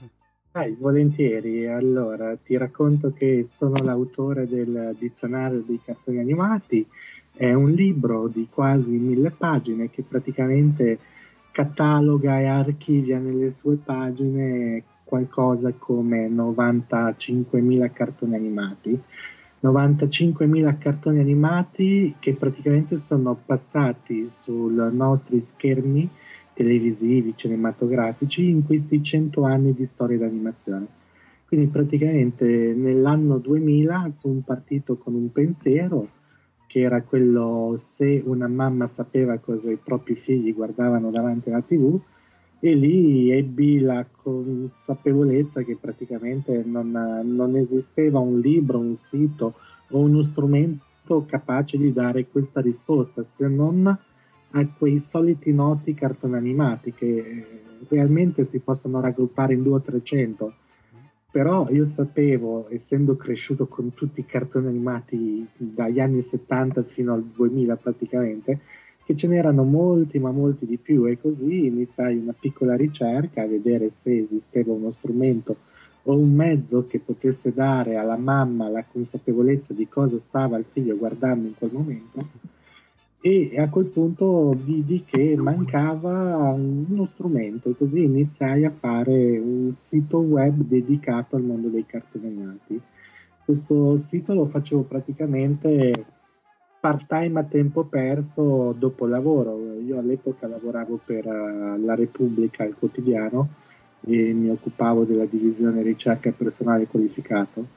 Volentieri. Allora, ti racconto che sono l'autore del dizionario dei cartoni animati. È un libro di quasi 1000 pagine che praticamente cataloga e archivia nelle sue pagine qualcosa come 95.000 cartoni animati. 95.000 cartoni animati che praticamente sono passati sui nostri schermi televisivi, cinematografici in questi 100 anni di storia d'animazione. Quindi praticamente nell'anno 2000 sono partito con un pensiero che era quello: se una mamma sapeva cosa i propri figli guardavano davanti alla TV, e lì ebbi la consapevolezza che praticamente non esisteva un libro, un sito o uno strumento capace di dare questa risposta, se non a quei soliti noti cartoni animati che realmente si possono raggruppare in 200 o 300. Però io sapevo, essendo cresciuto con tutti i cartoni animati dagli anni 70 fino al 2000 praticamente, che ce n'erano molti, ma molti di più, e così iniziai una piccola ricerca a vedere se esisteva uno strumento o un mezzo che potesse dare alla mamma la consapevolezza di cosa stava il figlio guardando in quel momento. E a quel punto vidi che mancava uno strumento, e così iniziai a fare un sito web dedicato al mondo dei cartoni animati. Questo sito lo facevo praticamente part-time, a tempo perso, dopo lavoro. Io all'epoca lavoravo per La Repubblica, il quotidiano, e mi occupavo della divisione ricerca e personale qualificato.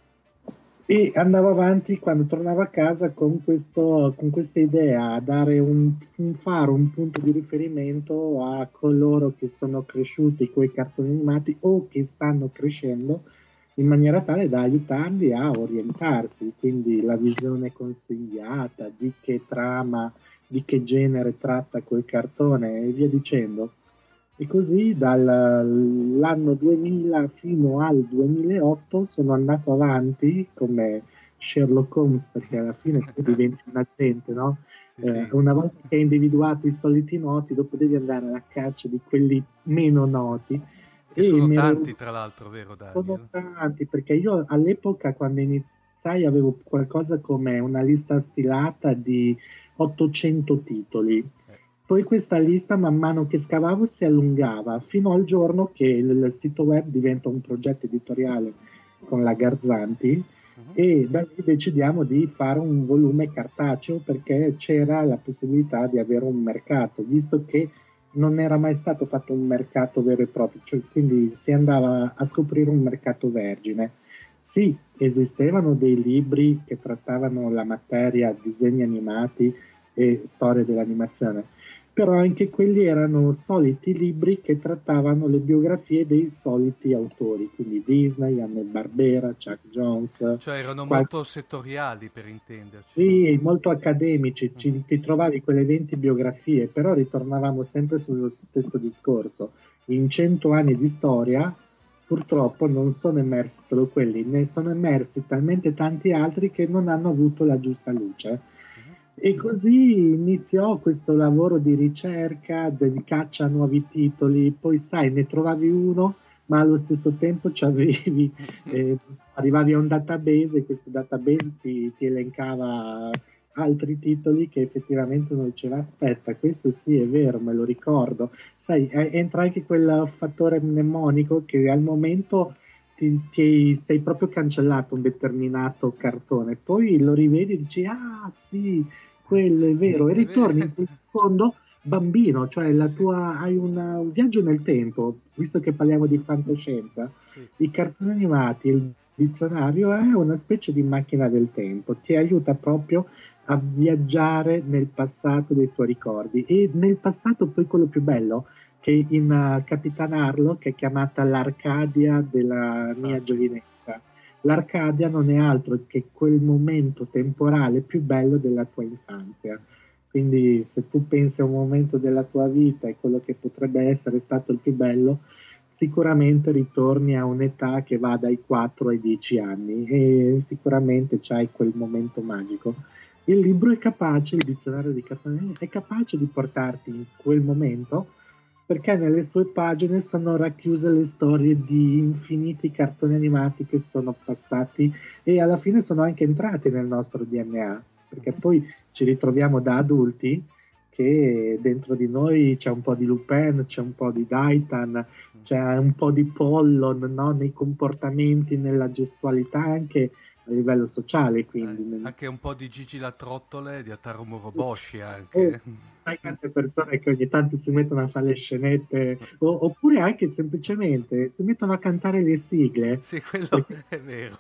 E andavo avanti quando tornavo a casa con questa idea, a dare un faro, un punto di riferimento a coloro che sono cresciuti con i cartoni animati o che stanno crescendo, in maniera tale da aiutarli a orientarsi, quindi la visione consigliata, di che trama, di che genere tratta quel cartone e via dicendo. E così dall'anno 2000 fino al 2008 sono andato avanti come Sherlock Holmes, perché alla fine tu diventi un agente, no? Sì. Una volta che hai individuato i soliti noti, dopo devi andare alla caccia di quelli meno noti. Che sono tanti, tra l'altro, vero Daniel? Sono tanti, perché io all'epoca, quando iniziai, avevo qualcosa come una lista stilata di 800 titoli. Poi questa lista, man mano che scavavo, si allungava, fino al giorno che il sito web diventa un progetto editoriale con la Garzanti, e da lì decidiamo di fare un volume cartaceo, perché c'era la possibilità di avere un mercato, visto che non era mai stato fatto un mercato vero e proprio, cioè, quindi si andava a scoprire un mercato vergine. Sì, esistevano dei libri che trattavano la materia disegni animati e storia dell'animazione, però anche quelli erano soliti libri che trattavano le biografie dei soliti autori, quindi Disney, Hanna-Barbera, Chuck Jones. Cioè erano molto settoriali, per intenderci. Sì, molto accademici, ti trovavi quelle 20 biografie, però ritornavamo sempre sullo stesso discorso. In 100 anni di storia, purtroppo non sono emersi solo quelli, ne sono emersi talmente tanti altri che non hanno avuto la giusta luce. E così iniziò questo lavoro di ricerca, di caccia a nuovi titoli. Poi sai, ne trovavi uno, ma allo stesso tempo arrivavi a un database, e questo database ti elencava altri titoli che effettivamente uno diceva: aspetta, questo sì è vero, me lo ricordo. Sai, entra anche quel fattore mnemonico che al momento ti sei proprio cancellato un determinato cartone, poi lo rivedi e dici: ah sì, quello è vero, e ritorni in quel secondo bambino, cioè hai un viaggio nel tempo, visto che parliamo di fantascienza. I cartoni animati, il dizionario è una specie di macchina del tempo, ti aiuta proprio a viaggiare nel passato dei tuoi ricordi, e nel passato poi quello più bello, che in Capitan Harlock è chiamata l'Arcadia della mia giovinezza. L'Arcadia non è altro che quel momento temporale più bello della tua infanzia. Quindi se tu pensi a un momento della tua vita e quello che potrebbe essere stato il più bello, sicuramente ritorni a un'età che va dai 4 ai 10 anni, e sicuramente c'hai quel momento magico. Il libro è capace, il dizionario di cartoni animati è capace di portarti in quel momento, perché nelle sue pagine sono racchiuse le storie di infiniti cartoni animati che sono passati e alla fine sono anche entrati nel nostro DNA, perché poi ci ritroviamo da adulti che dentro di noi c'è un po' di Lupin, c'è un po' di Daitan, c'è un po' di Pollon, no? Nei comportamenti, nella gestualità, anche a livello sociale, quindi. Anche un po' di Gigi la Trottole, di Ataru Moroboshi anche. Sai quante persone che ogni tanto si mettono a fare le scenette, oppure anche semplicemente si mettono a cantare le sigle. Sì, quello Perché è vero.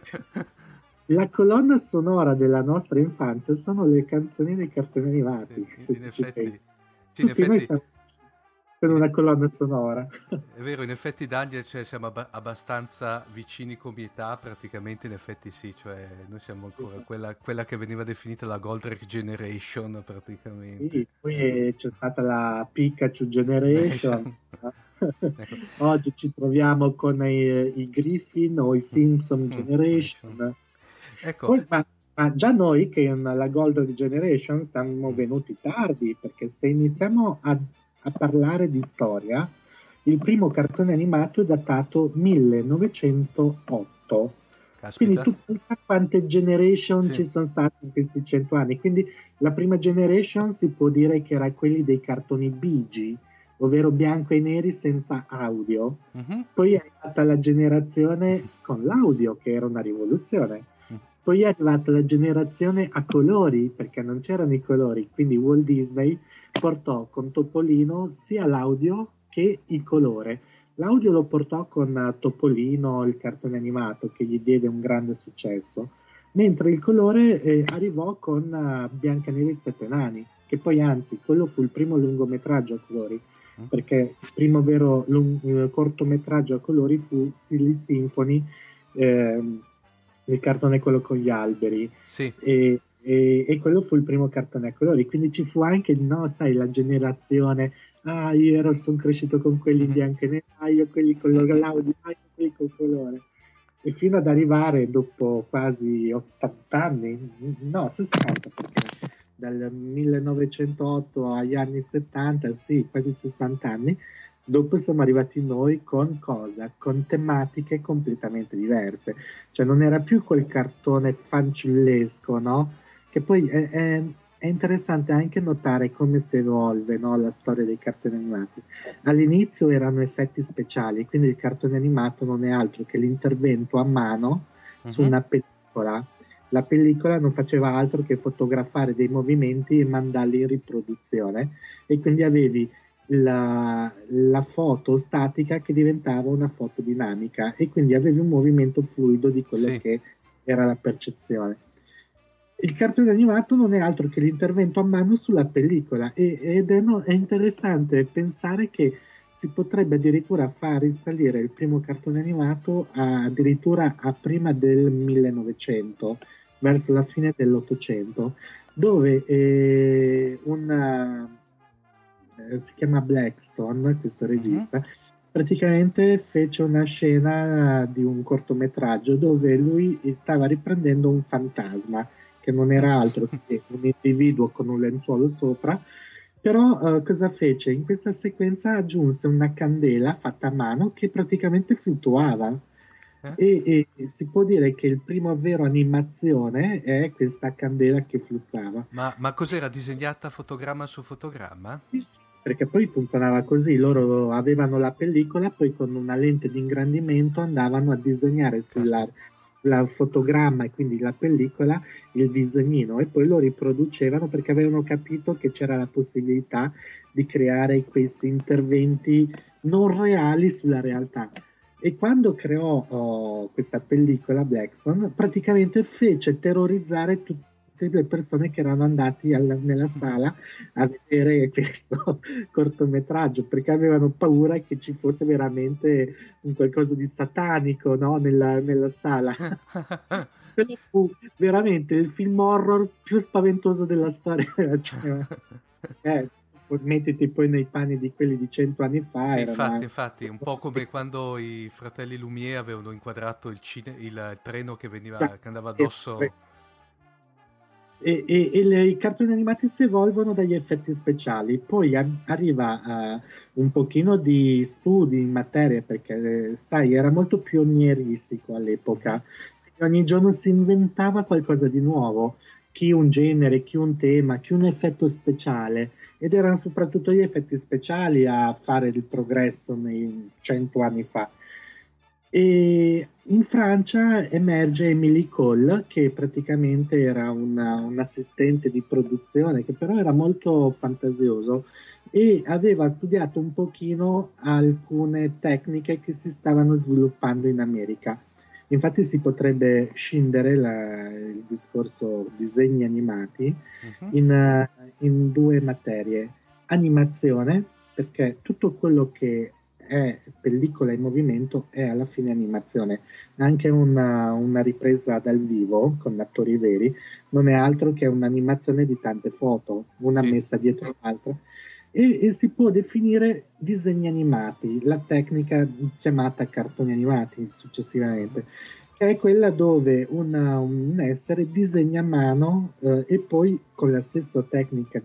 la colonna sonora della nostra infanzia sono le canzoni dei cartoni animati. Sì, se in tu ci pensi. effetti, sì, in Tutti noi effetti siamo per una colonna sonora. è vero, in effetti Daniel, cioè, siamo abbastanza vicini come età, praticamente in effetti sì, cioè noi siamo ancora quella che veniva definita la Goldrake Generation praticamente. Sì, poi c'è stata la Pikachu Generation. Ecco. Oggi ci troviamo con i Griffin o i Simpson Generation. Ecco. Poi, ma già noi che la Golden Generation siamo venuti tardi, perché se iniziamo a parlare di storia, il primo cartone animato è datato 1908. Caspita. Quindi tu pensa quante generation Sì. ci sono state in questi 100 anni. Quindi la prima generation si può dire che era quelli dei cartoni bigi, ovvero bianco e neri senza audio. Mhm. Poi è arrivata la generazione con l'audio, che era una rivoluzione. Poi è arrivata la generazione a colori, perché non c'erano i colori, quindi Walt Disney portò con Topolino sia l'audio che il colore. L'audio lo portò con Topolino, il cartone animato, che gli diede un grande successo, mentre il colore arrivò con Biancaneve e i Sette Nani, che poi anzi, quello fu il primo lungometraggio a colori, perché il primo vero cortometraggio a colori fu Silly Symphony, il cartone quello con gli alberi, Sì. e quello fu il primo cartone a colori, quindi ci fu anche, no, sai, la generazione, io sono cresciuto con quelli in bianco e nero, io quelli con l'audio, io quelli col colore, e fino ad arrivare dopo quasi 80 anni, no, 60, perché dal 1908 agli anni 70, sì, quasi 60 anni, dopo siamo arrivati noi con cosa? Con tematiche completamente diverse. Cioè non era più quel cartone fanciullesco, no? Che poi è interessante anche notare come si evolve, no, la storia dei cartoni animati. All'inizio erano effetti speciali, quindi il cartone animato non è altro che l'intervento a mano su una pellicola. La pellicola non faceva altro che fotografare dei movimenti e mandarli in riproduzione, e quindi avevi la foto statica che diventava una foto dinamica, e quindi avevi un movimento fluido di quello Sì. che era la percezione. Il cartone animato non è altro che l'intervento a mano sulla pellicola, ed è interessante pensare che si potrebbe addirittura far risalire il primo cartone animato addirittura a prima del 1900, verso la fine dell'Ottocento, dove si chiama Blackstone, questo regista, praticamente fece una scena di un cortometraggio dove lui stava riprendendo un fantasma, che non era altro che un individuo con un lenzuolo sopra. Però cosa fece? In questa sequenza aggiunse una candela fatta a mano che praticamente fluttuava. E si può dire che il primo vero animazione è questa candela che fluttuava. Ma cos'era, disegnata fotogramma su fotogramma? Sì, perché poi funzionava così, loro avevano la pellicola, poi con una lente di ingrandimento andavano a disegnare sulla fotogramma e quindi la pellicola il disegnino, e poi lo riproducevano perché avevano capito che c'era la possibilità di creare questi interventi non reali sulla realtà. E quando creò questa pellicola, Blackstone praticamente fece terrorizzare tutte le persone che erano andati nella sala a vedere questo cortometraggio, perché avevano paura che ci fosse veramente un qualcosa di satanico, no? nella sala. Quello fu veramente il film horror più spaventoso della storia della cinema. Mettiti poi nei panni di quelli di 100 anni fa. Sì, infatti, un po' come quando i fratelli Lumière avevano inquadrato il treno che andava addosso. I cartoni animati si evolvono dagli effetti speciali, poi arriva un pochino di studi in materia, perché sai, era molto pionieristico all'epoca. Ogni giorno si inventava qualcosa di nuovo, chi un genere, chi un tema, chi un effetto speciale, ed erano soprattutto gli effetti speciali a fare il progresso nei 100 anni fa. E in Francia emerge Émilie Cole, che praticamente era un assistente di produzione, che però era molto fantasioso e aveva studiato un pochino alcune tecniche che si stavano sviluppando in America. Infatti si potrebbe scindere il discorso disegni animati in due materie. Animazione, perché tutto quello che è pellicola in movimento è alla fine animazione. Anche una ripresa dal vivo con attori veri non è altro che un'animazione di tante foto, una messa dietro l'altra. E si può definire disegni animati, la tecnica chiamata cartoni animati successivamente, che è quella dove un essere disegna a mano e poi con la stessa tecnica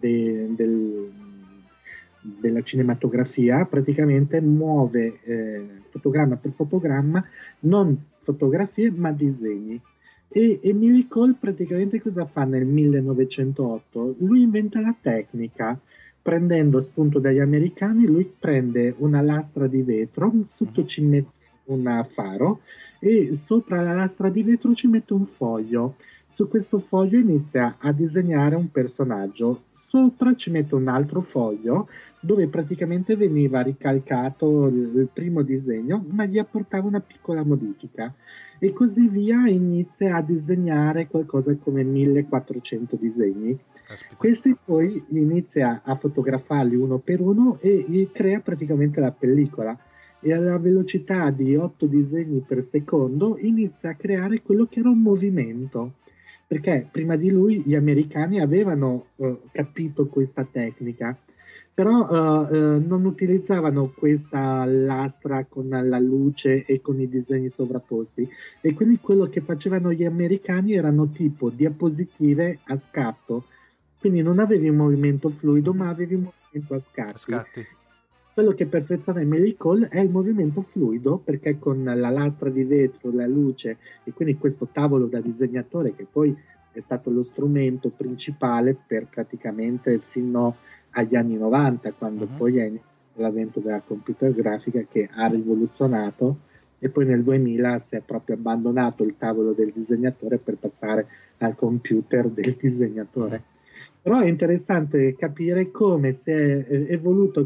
della cinematografia praticamente muove fotogramma per fotogramma, non fotografie ma disegni. E Émilie Cole praticamente cosa fa nel 1908? Lui inventa la tecnica. Prendendo spunto dagli americani, lui prende una lastra di vetro, sotto ci mette un faro e sopra la lastra di vetro ci mette un foglio. Su questo foglio inizia a disegnare un personaggio, sopra ci mette un altro foglio dove praticamente veniva ricalcato il primo disegno, ma gli apportava una piccola modifica. E così via inizia a disegnare qualcosa come 1400 disegni. Aspetta. Questi poi inizia a fotografarli uno per uno e crea praticamente la pellicola. E alla velocità di 8 disegni per secondo inizia a creare quello che era un movimento. Perché prima di lui gli americani avevano capito questa tecnica, però non utilizzavano questa lastra con la luce e con i disegni sovrapposti, e quindi quello che facevano gli americani erano tipo diapositive a scatto, quindi non avevi un movimento fluido ma avevi un movimento a scatti. Quello che perfeziona Émilie Cole è il movimento fluido, perché con la lastra di vetro, la luce e quindi questo tavolo da disegnatore, che poi è stato lo strumento principale per praticamente fino agli anni 90, quando poi è iniziato l'avvento della computer grafica, che ha rivoluzionato, e poi nel 2000 si è proprio abbandonato il tavolo del disegnatore per passare al computer del disegnatore. Però è interessante capire come si è evoluto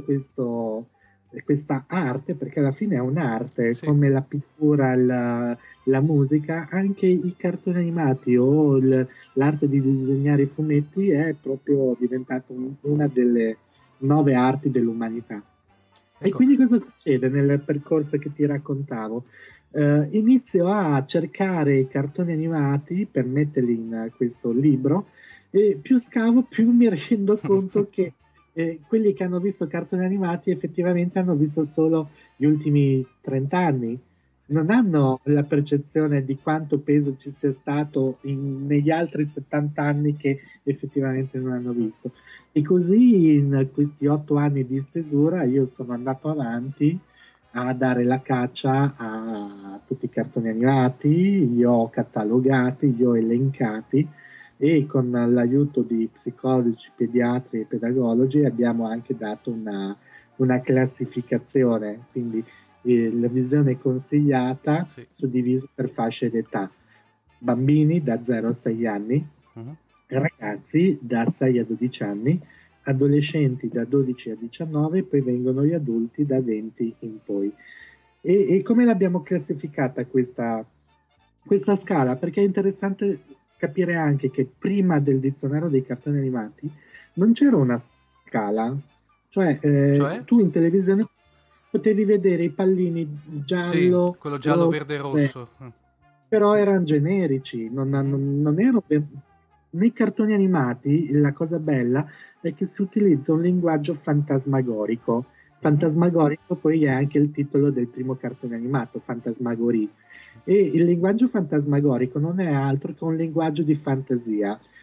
questa arte, perché alla fine è un'arte, come la pittura, la musica, anche i cartoni animati o l'arte di disegnare i fumetti è proprio diventata una delle 9 arti dell'umanità. Ecco. E quindi cosa succede nel percorso che ti raccontavo? Inizio a cercare i cartoni animati per metterli in questo libro, e più scavo più mi rendo conto che quelli che hanno visto cartoni animati effettivamente hanno visto solo gli ultimi 30 anni, non hanno la percezione di quanto peso ci sia stato negli altri 70 anni che effettivamente non hanno visto. E così in questi 8 anni di stesura io sono andato avanti a dare la caccia a tutti i cartoni animati, li ho catalogati, li ho elencati, e con l'aiuto di psicologi, pediatri e pedagoghi abbiamo anche dato una classificazione, quindi la visione consigliata suddivisa per fasce d'età: bambini da 0 a 6 anni, ragazzi da 6 a 12 anni, adolescenti da 12 a 19, poi vengono gli adulti da 20 in poi. E come l'abbiamo classificata questa scala? Perché è interessante capire anche che prima del dizionario dei cartoni animati non c'era una scala, cioè? Tu in televisione potevi vedere i pallini giallo, quello giallo, rosso, verde e rosso, però erano generici, non erano nei cartoni animati. La cosa bella è che si utilizza un linguaggio fantasmagorico. Fantasmagorico poi è anche il titolo del primo cartone animato, Fantasmagorie. E il linguaggio fantasmagorico non è altro che un linguaggio di fantasia.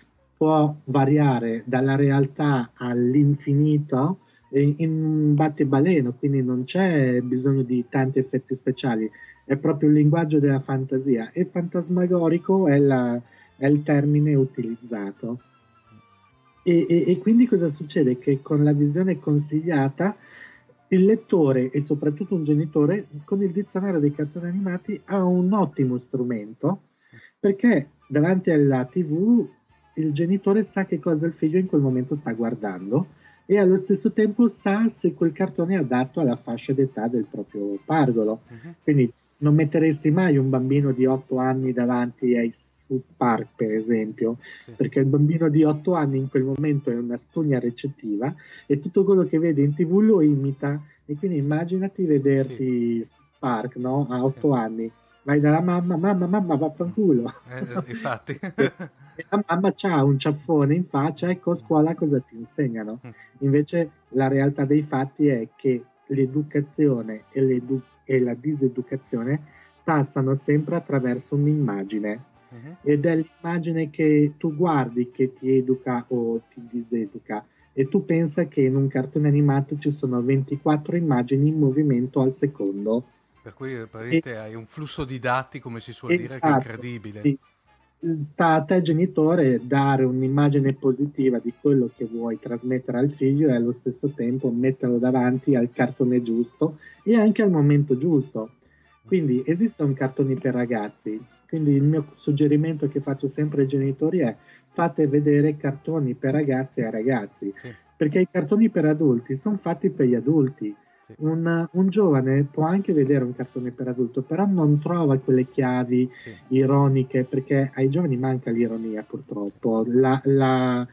può variare dalla realtà all'infinito in un battibaleno, quindi non c'è bisogno di tanti effetti speciali, è proprio il linguaggio della fantasia e fantasmagorico è il termine utilizzato. E quindi cosa succede? Che con la visione consigliata il lettore e soprattutto un genitore con il dizionario dei cartoni animati ha un ottimo strumento, perché davanti alla TV il genitore sa che cosa il figlio in quel momento sta guardando e allo stesso tempo sa se quel cartone è adatto alla fascia d'età del proprio pargolo. Quindi non metteresti mai un bambino di 8 anni davanti ai South Park, per esempio, perché il bambino di 8 anni in quel momento è una spugna recettiva e tutto quello che vede in TV lo imita. E quindi immaginati vederti South Park, no? A 8 anni. Vai dalla mamma, vaffanculo. Infatti. E la mamma c'ha un ciaffone in faccia, ecco a scuola cosa ti insegnano. Invece la realtà dei fatti è che l'educazione e la diseducazione passano sempre attraverso un'immagine. Ed è l'immagine che tu guardi che ti educa o ti diseduca. E tu pensa che in un cartone animato ci sono 24 immagini in movimento al secondo. Per cui praticamente hai un flusso di dati, come si suol dire, che è incredibile. Sì. Sta a te genitore dare un'immagine positiva di quello che vuoi trasmettere al figlio e allo stesso tempo metterlo davanti al cartone giusto e anche al momento giusto. Quindi esistono cartoni per ragazzi, quindi il mio suggerimento che faccio sempre ai genitori è: fate vedere cartoni per ragazzi ai ragazzi, perché i cartoni per adulti sono fatti per gli adulti. Un giovane può anche vedere un cartone per adulto, però non trova quelle chiavi ironiche, perché ai giovani manca l'ironia, purtroppo. La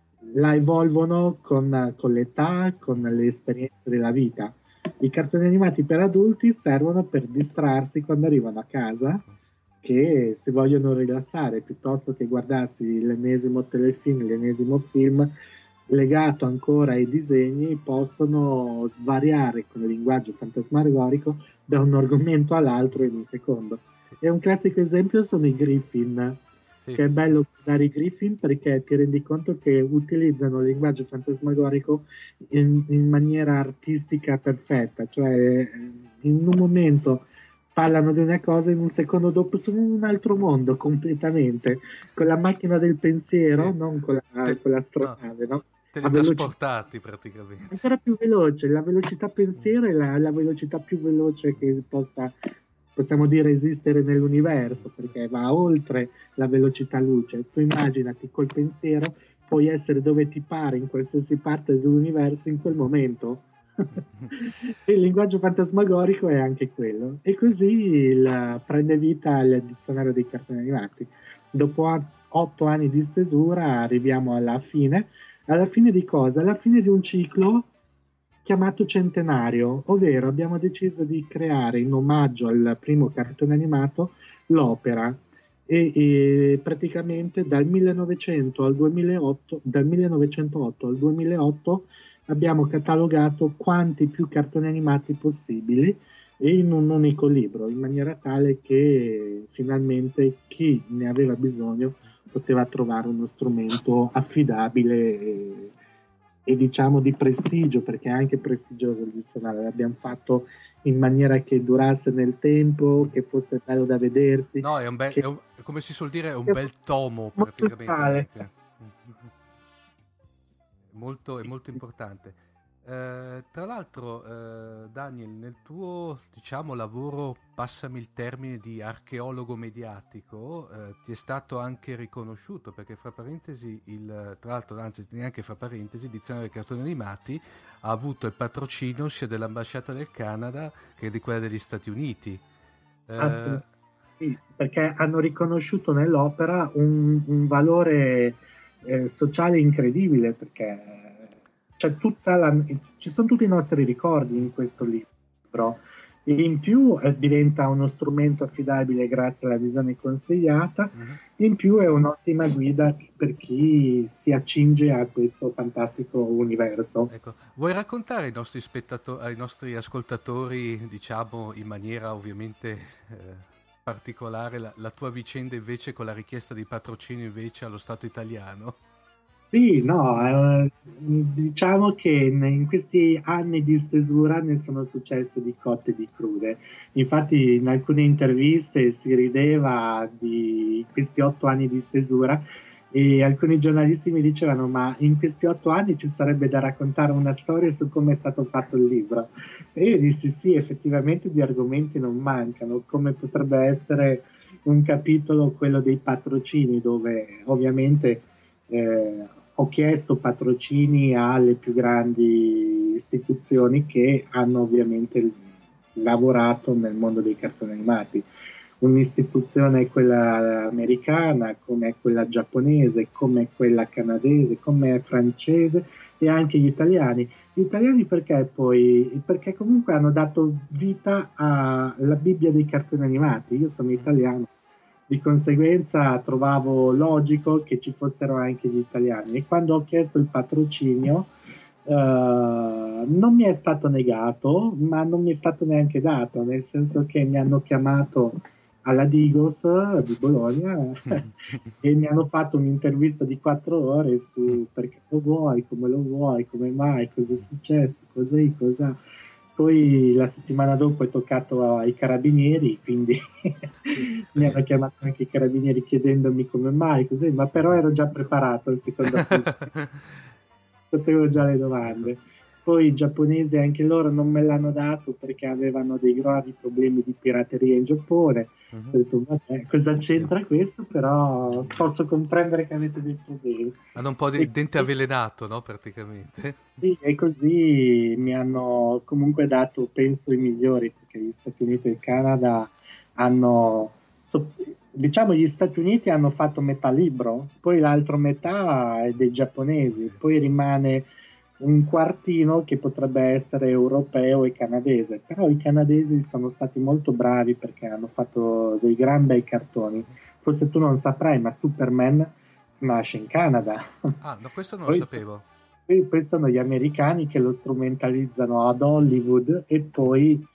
evolvono con l'età, con le esperienze della vita. I cartoni animati per adulti servono per distrarsi quando arrivano a casa, che si vogliono rilassare, piuttosto che guardarsi l'ennesimo telefilm, l'ennesimo film legato ancora ai disegni, possono svariare con il linguaggio fantasmagorico da un argomento all'altro in un secondo. E un classico esempio sono i Griffin, che è bello guardare i Griffin perché ti rendi conto che utilizzano il linguaggio fantasmagorico in maniera artistica perfetta, cioè in un momento parlano di una cosa, in un secondo dopo sono in un altro mondo completamente, con la macchina del pensiero, non con l'astronave, no? Teletrasportati praticamente. Ancora più veloce, la velocità pensiero è la velocità più veloce che possiamo dire esistere nell'universo, perché va oltre la velocità luce. Tu immaginati, col pensiero puoi essere dove ti pare, in qualsiasi parte dell'universo in quel momento. Il linguaggio fantasmagorico è anche quello, e così prende vita il dizionario dei cartoni animati. Dopo 8 anni di stesura arriviamo alla fine di cosa? Alla fine di un ciclo chiamato centenario, ovvero abbiamo deciso di creare in omaggio al primo cartone animato l'opera, e praticamente dal 1908 al 2008 abbiamo catalogato quanti più cartoni animati possibili e in un unico libro, in maniera tale che finalmente chi ne aveva bisogno poteva trovare uno strumento affidabile e diciamo di prestigio, perché è anche prestigioso il dizionario. L'abbiamo fatto in maniera che durasse nel tempo, che fosse bello da vedersi. No, come si suol dire, è un bel tomo praticamente. È molto importante. Tra l'altro, Daniel, nel tuo, diciamo, lavoro, passami il termine, di archeologo mediatico, ti è stato anche riconosciuto, perché fra parentesi, tra l'altro, anzi neanche fra parentesi, il dizionario dei cartoni animati ha avuto il patrocinio sia dell'ambasciata del Canada che di quella degli Stati Uniti. Sì, perché hanno riconosciuto nell'opera un valore sociale incredibile, perché ci sono tutti i nostri ricordi in questo libro, e in più diventa uno strumento affidabile grazie alla visione consigliata, in più è un'ottima guida per chi si accinge a questo fantastico universo. Ecco, vuoi raccontare ai nostri ai nostri ascoltatori, diciamo in maniera ovviamente particolare, la tua vicenda invece con la richiesta di patrocinio invece allo Stato italiano? Sì, no, diciamo che in questi anni di stesura ne sono successe di cotte e di crude. Infatti, in alcune interviste si rideva di questi 8 anni di stesura e alcuni giornalisti mi dicevano: Ma in questi 8 anni ci sarebbe da raccontare una storia su come è stato fatto il libro. E io dissi: Sì, effettivamente di argomenti non mancano, come potrebbe essere un capitolo, quello dei patrocini, dove ovviamente ho chiesto patrocini alle più grandi istituzioni che hanno ovviamente lavorato nel mondo dei cartoni animati. Un'istituzione è quella americana, come è quella giapponese, come è quella canadese, come è francese e anche gli italiani. Gli italiani perché poi? Perché comunque hanno dato vita alla Bibbia dei cartoni animati. Io sono italiano, di conseguenza trovavo logico che ci fossero anche gli italiani. E quando ho chiesto il patrocinio, non mi è stato negato, ma non mi è stato neanche dato, nel senso che mi hanno chiamato alla Digos di Bologna e mi hanno fatto un'intervista di 4 ore su perché lo vuoi, come mai, cosa è successo, cos'è, cosa. Poi la settimana dopo è toccato ai carabinieri, quindi mi hanno chiamato anche i carabinieri chiedendomi come mai, così, ma però ero già preparato al secondo punto, sapevo già le domande. Poi i giapponesi anche loro non me l'hanno dato perché avevano dei gravi problemi di pirateria in Giappone. Ho detto, vabbè, cosa c'entra questo? Però posso comprendere che avete dei problemi. Hanno un po' di dente avvelenato, no? Praticamente. Sì, e così mi hanno comunque dato, penso, i migliori, perché gli Stati Uniti e il Canada hanno, diciamo, gli Stati Uniti hanno fatto metà libro, poi l'altro metà è dei giapponesi, poi rimane un quartino che potrebbe essere europeo e canadese, però i canadesi sono stati molto bravi perché hanno fatto dei gran bei cartoni. Forse tu non saprai, ma Superman nasce in Canada. Ah, no, questo non Poi lo sapevo. poi sono gli americani che lo strumentalizzano ad Hollywood e poi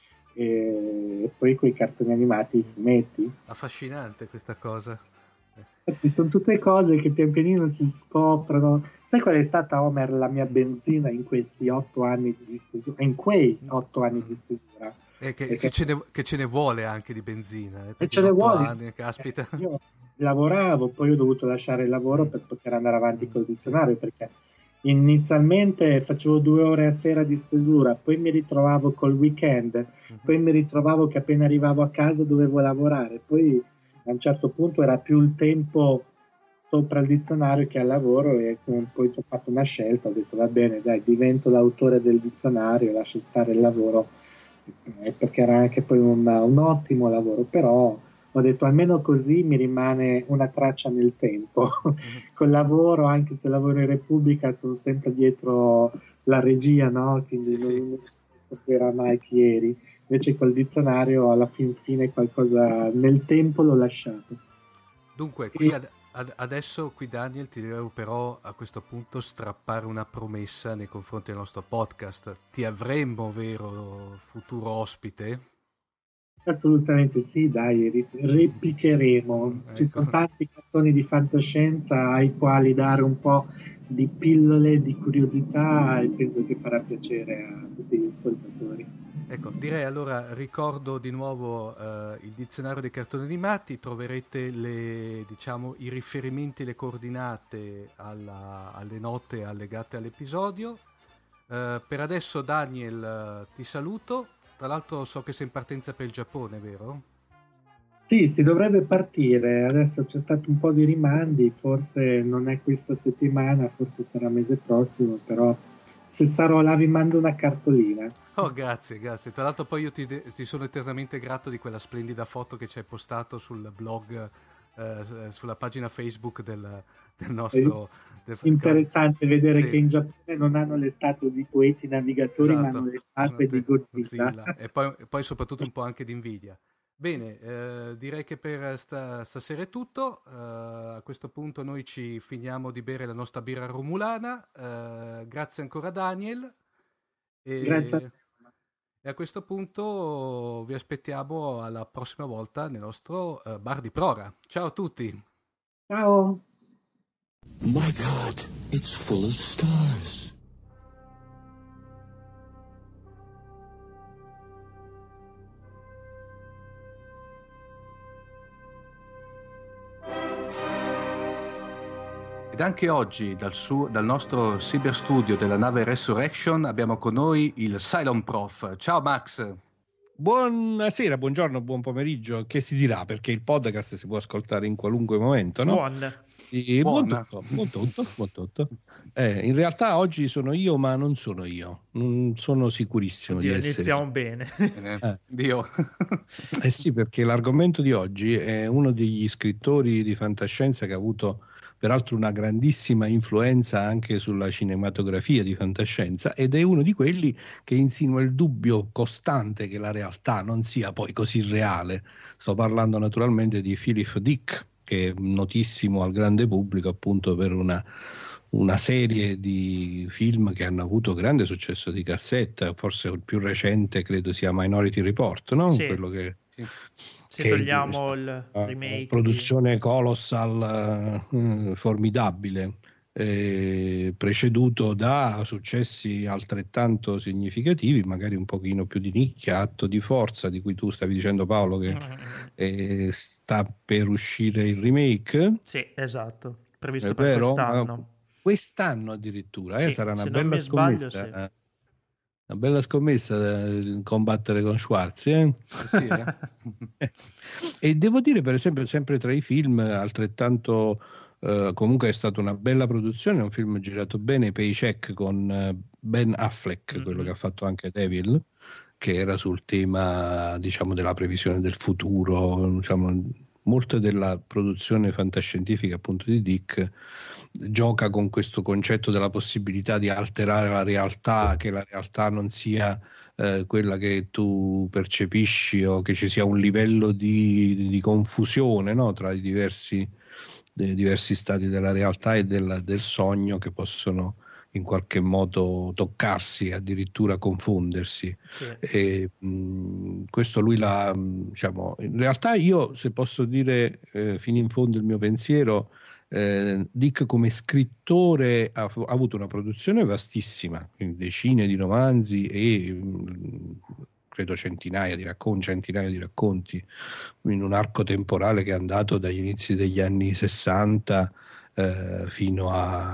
quei cartoni animati, i fumetti. Affascinante questa cosa. Infatti sono tutte cose che pian pianino si scoprono. Sai qual è stata, Homer, la mia benzina in questi 8 anni di stesura? In quei 8 anni di stesura? Che ce ne vuole anche di benzina. E ce ne vuole. Anni, caspita. Io lavoravo, poi ho dovuto lasciare il lavoro per poter andare avanti col dizionario, perché inizialmente facevo 2 ore a sera di stesura, poi mi ritrovavo col weekend, poi mi ritrovavo che appena arrivavo a casa dovevo lavorare, poi a un certo punto era più il tempo sopra il dizionario che al lavoro e poi ho fatto una scelta, ho detto va bene, dai, divento l'autore del dizionario, lascio stare il lavoro, perché era anche poi un ottimo lavoro, però ho detto almeno così mi rimane una traccia nel tempo. Col lavoro, anche se lavoro in Repubblica, sono sempre dietro la regia, no? Quindi non si scoprirà mai chi eri. Invece col dizionario alla fine qualcosa nel tempo l'ho lasciato. Dunque, qui adesso qui Daniel ti devo però a questo punto strappare una promessa nei confronti del nostro podcast. Ti avremmo, vero, futuro ospite? Assolutamente sì, dai, replicheremo. Ci sono tanti cartoni di fantascienza ai quali dare un po' di pillole di curiosità e penso che farà piacere a tutti gli ascoltatori. Ecco, direi allora, ricordo di nuovo il dizionario dei cartoni animati, troverete i riferimenti, le coordinate alle note allegate all'episodio. Per adesso Daniel ti saluto, tra l'altro so che sei in partenza per il Giappone, vero? Sì, si dovrebbe partire, adesso c'è stato un po' di rimandi, forse non è questa settimana, forse sarà mese prossimo, però se sarò là vi mando una cartolina. Oh, grazie. Tra l'altro poi io ti sono eternamente grato di quella splendida foto che ci hai postato sul blog, sulla pagina Facebook del nostro... Interessante vedere che in Giappone non hanno le statue di poeti navigatori, ma hanno le statue di Godzilla. E poi soprattutto un po' anche di invidia. Bene, direi che per stasera è tutto. A questo punto noi ci finiamo di bere la nostra birra romulana. Grazie ancora Daniel. Grazie. E a questo punto vi aspettiamo alla prossima volta nel nostro bar di Prora. Ciao a tutti. Ciao. My God. It's full of stars. Ed anche oggi dal nostro cyberstudio della nave Resurrection abbiamo con noi il Cylon Prof. Ciao Max. Buonasera, buongiorno, buon pomeriggio, che si dirà, perché il podcast si può ascoltare in qualunque momento, no? Buon tutto. In realtà oggi sono io, ma non sono io, non sono sicurissimo Oddio, di essere. iniziamo bene. Dio. Sì, perché l'argomento di oggi è uno degli scrittori di fantascienza che ha avuto peraltro una grandissima influenza anche sulla cinematografia di fantascienza, ed è uno di quelli che insinua il dubbio costante che la realtà non sia poi così reale. Sto parlando naturalmente di Philip Dick, che è notissimo al grande pubblico appunto per una serie di film che hanno avuto grande successo di cassetta. Forse il più recente credo sia Minority Report, no? Sì. Quello che Se togliamo il remake produzione colossal, formidabile, preceduto da successi altrettanto significativi, magari un pochino più di nicchia, Atto di forza, di cui tu stavi dicendo Paolo che sta per uscire il remake. Sì, esatto, previsto È per vero? quest'anno. Quest'anno addirittura, Sì, sarà una se non bella mi sbaglio, scommessa. sì. Una bella scommessa combattere con Schwarz, Sì, E devo dire, per esempio, sempre tra i film, altrettanto comunque è stata una bella produzione, è un film girato bene, Paycheck con Ben Affleck, quello che ha fatto anche Devil, che era sul tema, diciamo, della previsione del futuro, diciamo, molta della produzione fantascientifica appunto di Dick gioca con questo concetto della possibilità di alterare la realtà, che la realtà non sia quella che tu percepisci, o che ci sia un livello di confusione, no, tra i diversi stati della realtà e del sogno, che possono in qualche modo toccarsi, addirittura confondersi. Sì. E, questo lui l'ha, diciamo, in realtà io, se posso dire fino in fondo il mio pensiero, Dick come scrittore ha avuto una produzione vastissima, quindi decine di romanzi e credo centinaia di racconti in un arco temporale che è andato dagli inizi degli anni 60 fino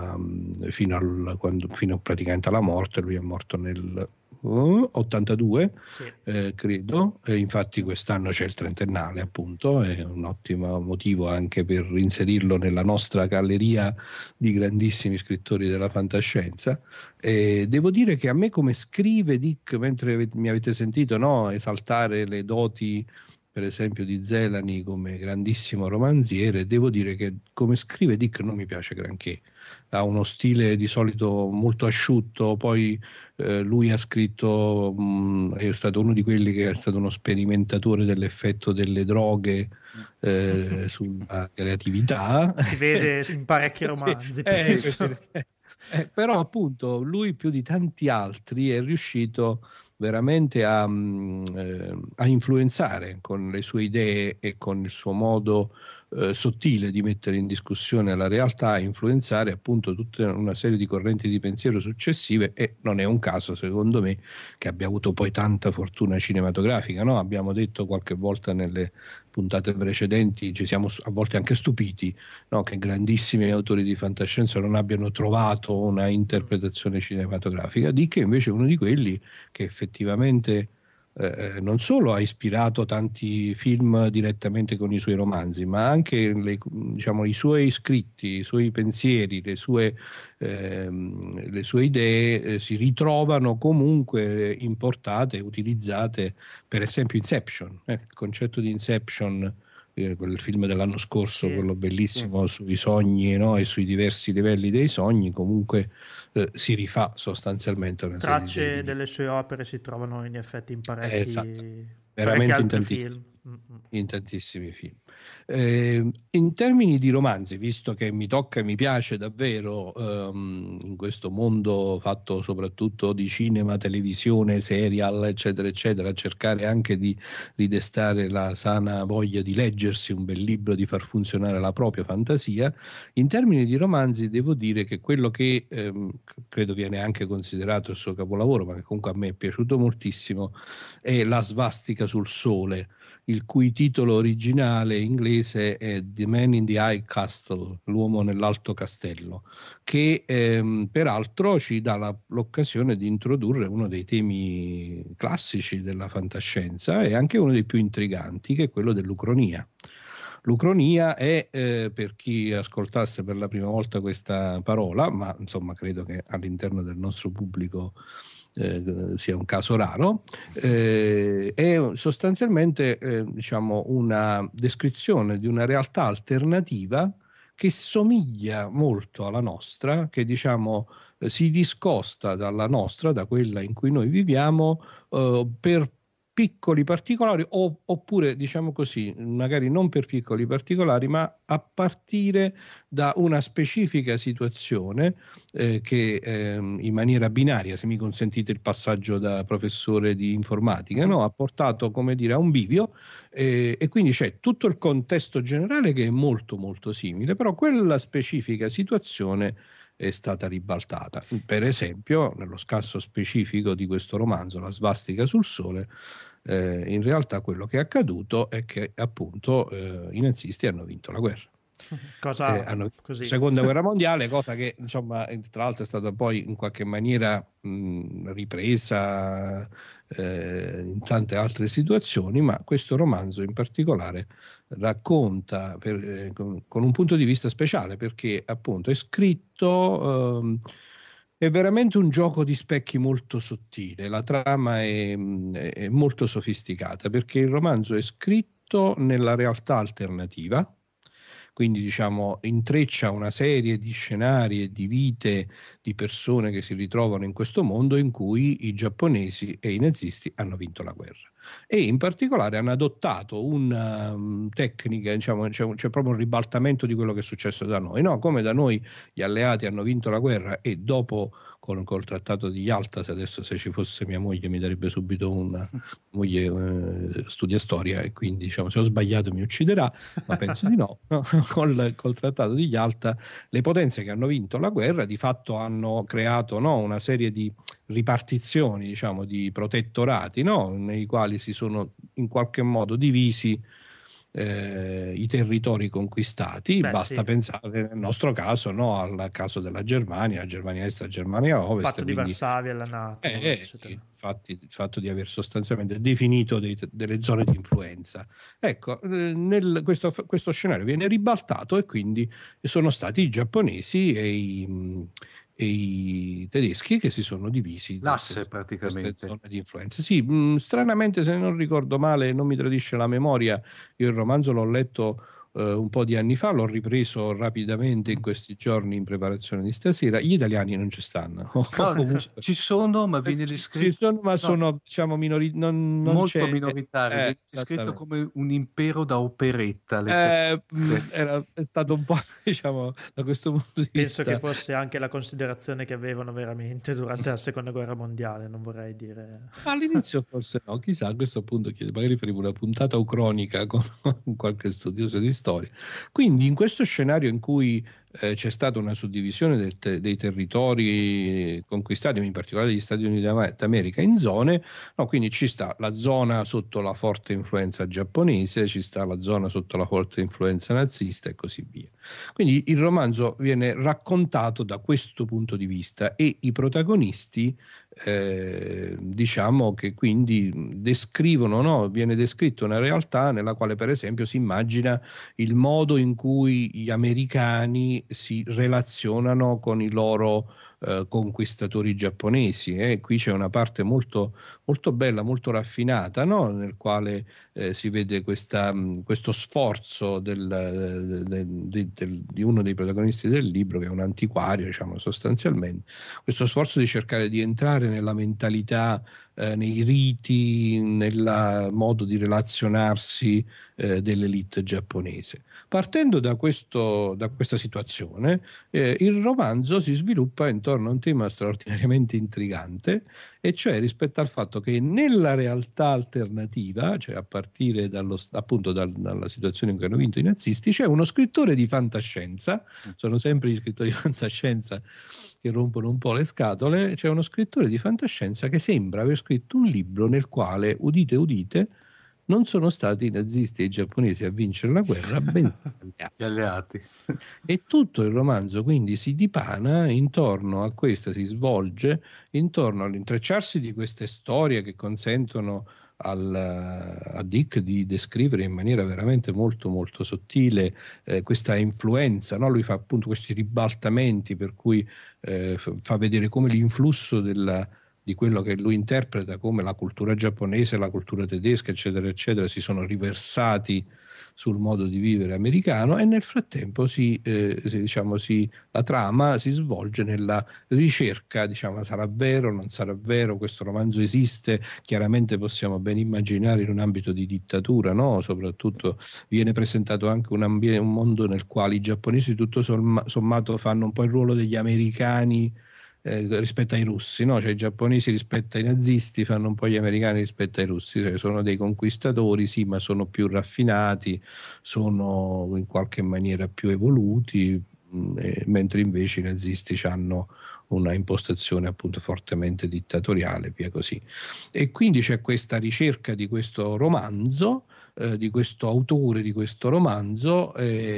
praticamente alla morte. Lui è morto nel 82, Sì. credo, e infatti quest'anno c'è il trentennale, appunto, è un ottimo motivo anche per inserirlo nella nostra galleria di grandissimi scrittori della fantascienza. E devo dire che a me, come scrive Dick, mentre mi avete sentito, no, esaltare le doti per esempio di Zelani come grandissimo romanziere, devo dire che come scrive Dick non mi piace granché. Ha uno stile di solito molto asciutto, poi lui ha scritto, è stato uno di quelli che è stato uno sperimentatore dell'effetto delle droghe sulla creatività. Si vede in parecchi romanzi, penso. Però appunto lui, più di tanti altri, è riuscito veramente a influenzare con le sue idee e con il suo modo sottile di mettere in discussione la realtà, a influenzare appunto tutta una serie di correnti di pensiero successive, e non è un caso, secondo me, che abbia avuto poi tanta fortuna cinematografica, no? Abbiamo detto qualche volta nelle puntate precedenti, ci siamo a volte anche stupiti, no, che grandissimi autori di fantascienza non abbiano trovato una interpretazione cinematografica. Dick è invece uno di quelli che effettivamente non solo ha ispirato tanti film direttamente con i suoi romanzi, ma anche diciamo, i suoi scritti, i suoi pensieri, le sue idee si ritrovano comunque importate, utilizzate, per esempio Inception, il concetto di Inception, quel film dell'anno scorso, Sì. quello bellissimo sui sogni, no? E sui diversi livelli dei sogni, comunque si rifà sostanzialmente una Tracce serie di delle sue opere si trovano in effetti in parecchi, esatto, parecchi veramente in altri tantissimi. film. in tantissimi film. In termini di romanzi, visto che mi tocca e mi piace davvero in questo mondo fatto soprattutto di cinema, televisione, serial, eccetera, eccetera, cercare anche di ridestare la sana voglia di leggersi un bel libro, di far funzionare la propria fantasia, in termini di romanzi devo dire che quello che credo viene anche considerato il suo capolavoro, ma che comunque a me è piaciuto moltissimo, è La svastica sul sole, il cui titolo originale inglese è The Man in the High Castle, l'uomo nell'alto castello, che peraltro ci dà l'occasione di introdurre uno dei temi classici della fantascienza e anche uno dei più intriganti, che è quello dell'ucronia. L'ucronia è, per chi ascoltasse per la prima volta questa parola, ma insomma credo che all'interno del nostro pubblico sia un caso raro, è sostanzialmente diciamo una descrizione di una realtà alternativa che somiglia molto alla nostra, che diciamo si discosta dalla nostra, da quella in cui noi viviamo, per piccoli particolari oppure diciamo così, magari non per piccoli particolari, ma a partire da una specifica situazione che in maniera binaria, se mi consentite il passaggio da professore di informatica, no? Ha portato, come dire, a un bivio e quindi c'è tutto il contesto generale che è molto molto simile, però quella specifica situazione è stata ribaltata. Per esempio, nello caso specifico di questo romanzo, La svastica sul sole, in realtà quello che è accaduto è che appunto i nazisti hanno vinto la guerra. Hanno così. Seconda guerra mondiale, cosa che insomma tra l'altro è stata poi in qualche maniera ripresa in tante altre situazioni, ma questo romanzo in particolare racconta con un punto di vista speciale, perché appunto è scritto è veramente un gioco di specchi molto sottile, la trama è molto sofisticata, perché il romanzo è scritto nella realtà alternativa, quindi diciamo intreccia una serie di scenari e di vite di persone che si ritrovano in questo mondo in cui i giapponesi e i nazisti hanno vinto la guerra. E in particolare hanno adottato una tecnica, diciamo, c'è proprio un ribaltamento di quello che è successo da noi, no? Come da noi gli alleati hanno vinto la guerra e dopo col trattato di Yalta, se ci fosse mia moglie mi darebbe subito una moglie studia storia e quindi diciamo se ho sbagliato mi ucciderà, ma penso di no. Col trattato di Yalta le potenze che hanno vinto la guerra di fatto hanno creato, no, una serie di ripartizioni, diciamo, di protettorati, no, nei quali si sono in qualche modo divisi i territori conquistati. Basta pensare nel nostro caso, no, al caso della Germania, la Germania Est, la Germania Ovest. Il fatto di Varsavia, alla NATO. Il fatto di aver sostanzialmente definito delle zone di influenza. Ecco, questo scenario viene ribaltato e quindi sono stati i giapponesi e i tedeschi che si sono divisi l'asse praticamente zone di influenza. Sì, stranamente, se non ricordo male, non mi tradisce la memoria, io il romanzo l'ho letto un po' di anni fa, l'ho ripreso rapidamente in questi giorni in preparazione di stasera. Gli italiani non ci stanno. No, ci sono, ma viene descritto. Ci sono, ma sono diciamo molto minoritari. Viene descritto come un impero da operetta. È stato un po', diciamo, da questo punto di vista. Penso che fosse anche la considerazione che avevano veramente durante la seconda guerra mondiale, non vorrei dire. All'inizio forse no, chissà, a questo punto magari faremo una puntata ucronica con qualche studioso di storia. Quindi in questo scenario in cui c'è stata una suddivisione dei territori conquistati, in particolare degli Stati Uniti d'America, in zone, no, quindi ci sta la zona sotto la forte influenza giapponese, ci sta la zona sotto la forte influenza nazista e così via. Quindi il romanzo viene raccontato da questo punto di vista e i protagonisti diciamo che quindi descrivono, no? Viene descritta una realtà nella quale per esempio si immagina il modo in cui gli americani si relazionano con i loro conquistatori giapponesi. Qui c'è una parte molto, molto bella, molto raffinata, no? Nel quale si vede questo sforzo di uno dei protagonisti del libro, che è un antiquario, diciamo, sostanzialmente, questo sforzo di cercare di entrare nella mentalità, nei riti, nel modo di relazionarsi dell'elite giapponese. Partendo da questa situazione, il romanzo si sviluppa intorno a un tema straordinariamente intrigante, e cioè rispetto al fatto che nella realtà alternativa, cioè a partire appunto dalla situazione in cui hanno vinto i nazisti, c'è uno scrittore di fantascienza. Sono sempre gli scrittori di fantascienza che rompono un po' le scatole. C'è uno scrittore di fantascienza che sembra aver scritto un libro nel quale, udite udite, non sono stati i nazisti e i giapponesi a vincere la guerra, bensì Gli alleati. e tutto il romanzo quindi si dipana intorno a questa, si svolge intorno all'intrecciarsi di queste storie che consentono a Dick di descrivere in maniera veramente molto molto sottile questa influenza, no? Lui fa appunto questi ribaltamenti per cui fa vedere come l'influsso di quello che lui interpreta come la cultura giapponese, la cultura tedesca, eccetera, eccetera, si sono riversati sul modo di vivere americano, e nel frattempo la trama si svolge nella ricerca, diciamo, sarà vero, non sarà vero, questo romanzo esiste, chiaramente possiamo ben immaginare in un ambito di dittatura, no? Soprattutto viene presentato anche un mondo nel quale i giapponesi tutto sommato fanno un po' il ruolo degli americani rispetto ai russi, no? Cioè i giapponesi rispetto ai nazisti fanno un po' gli americani rispetto ai russi, cioè, sono dei conquistatori, sì, ma sono più raffinati, sono in qualche maniera più evoluti, mentre invece i nazisti hanno una impostazione appunto fortemente dittatoriale, via così. E quindi c'è questa ricerca di questo romanzo, di questo autore di questo romanzo,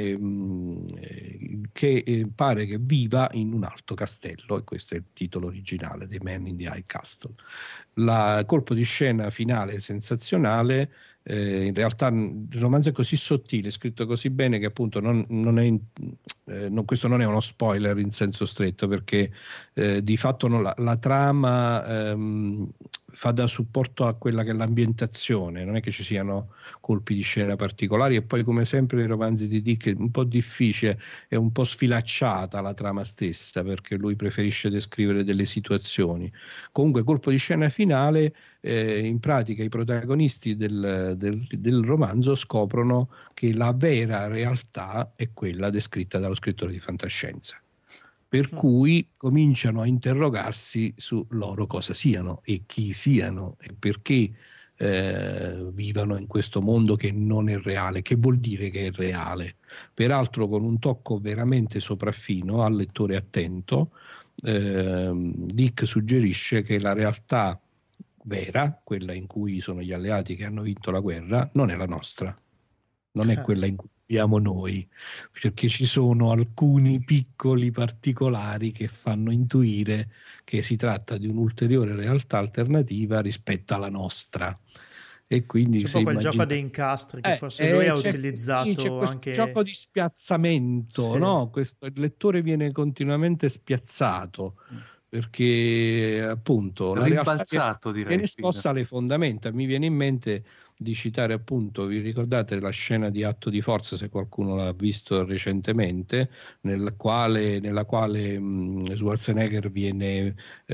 che pare che viva in un alto castello, e questo è il titolo originale, The Man in the High Castle. Il colpo di scena finale è sensazionale. In realtà il romanzo è così sottile, scritto così bene, che appunto questo non è uno spoiler in senso stretto, perché di fatto la trama fa da supporto a quella che è l'ambientazione, non è che ci siano colpi di scena particolari, e poi come sempre nei romanzi di Dick è un po' difficile, è un po' sfilacciata la trama stessa, perché lui preferisce descrivere delle situazioni. Comunque colpo di scena finale, in pratica i protagonisti del romanzo scoprono che la vera realtà è quella descritta dallo scrittore di fantascienza, per cui cominciano a interrogarsi su loro cosa siano e chi siano e perché vivano in questo mondo che non è reale. Che vuol dire che è reale? Peraltro con un tocco veramente sopraffino al lettore attento. Dick suggerisce che la realtà vera, quella in cui sono gli alleati che hanno vinto la guerra, non è la nostra, non è quella in cui viviamo noi, perché ci sono alcuni piccoli particolari che fanno intuire che si tratta di un'ulteriore realtà alternativa rispetto alla nostra. E quindi c'è un po' quel gioco dei incastri che forse lui ha utilizzato, sì, c'è questo anche gioco di spiazzamento, sì. no? Il lettore viene continuamente spiazzato, perché appunto la rimbalzato, direi, viene scossa alle fondamenta. Mi viene in mente di citare appunto, vi ricordate la scena di Atto di forza, se qualcuno l'ha visto recentemente, nella quale Schwarzenegger viene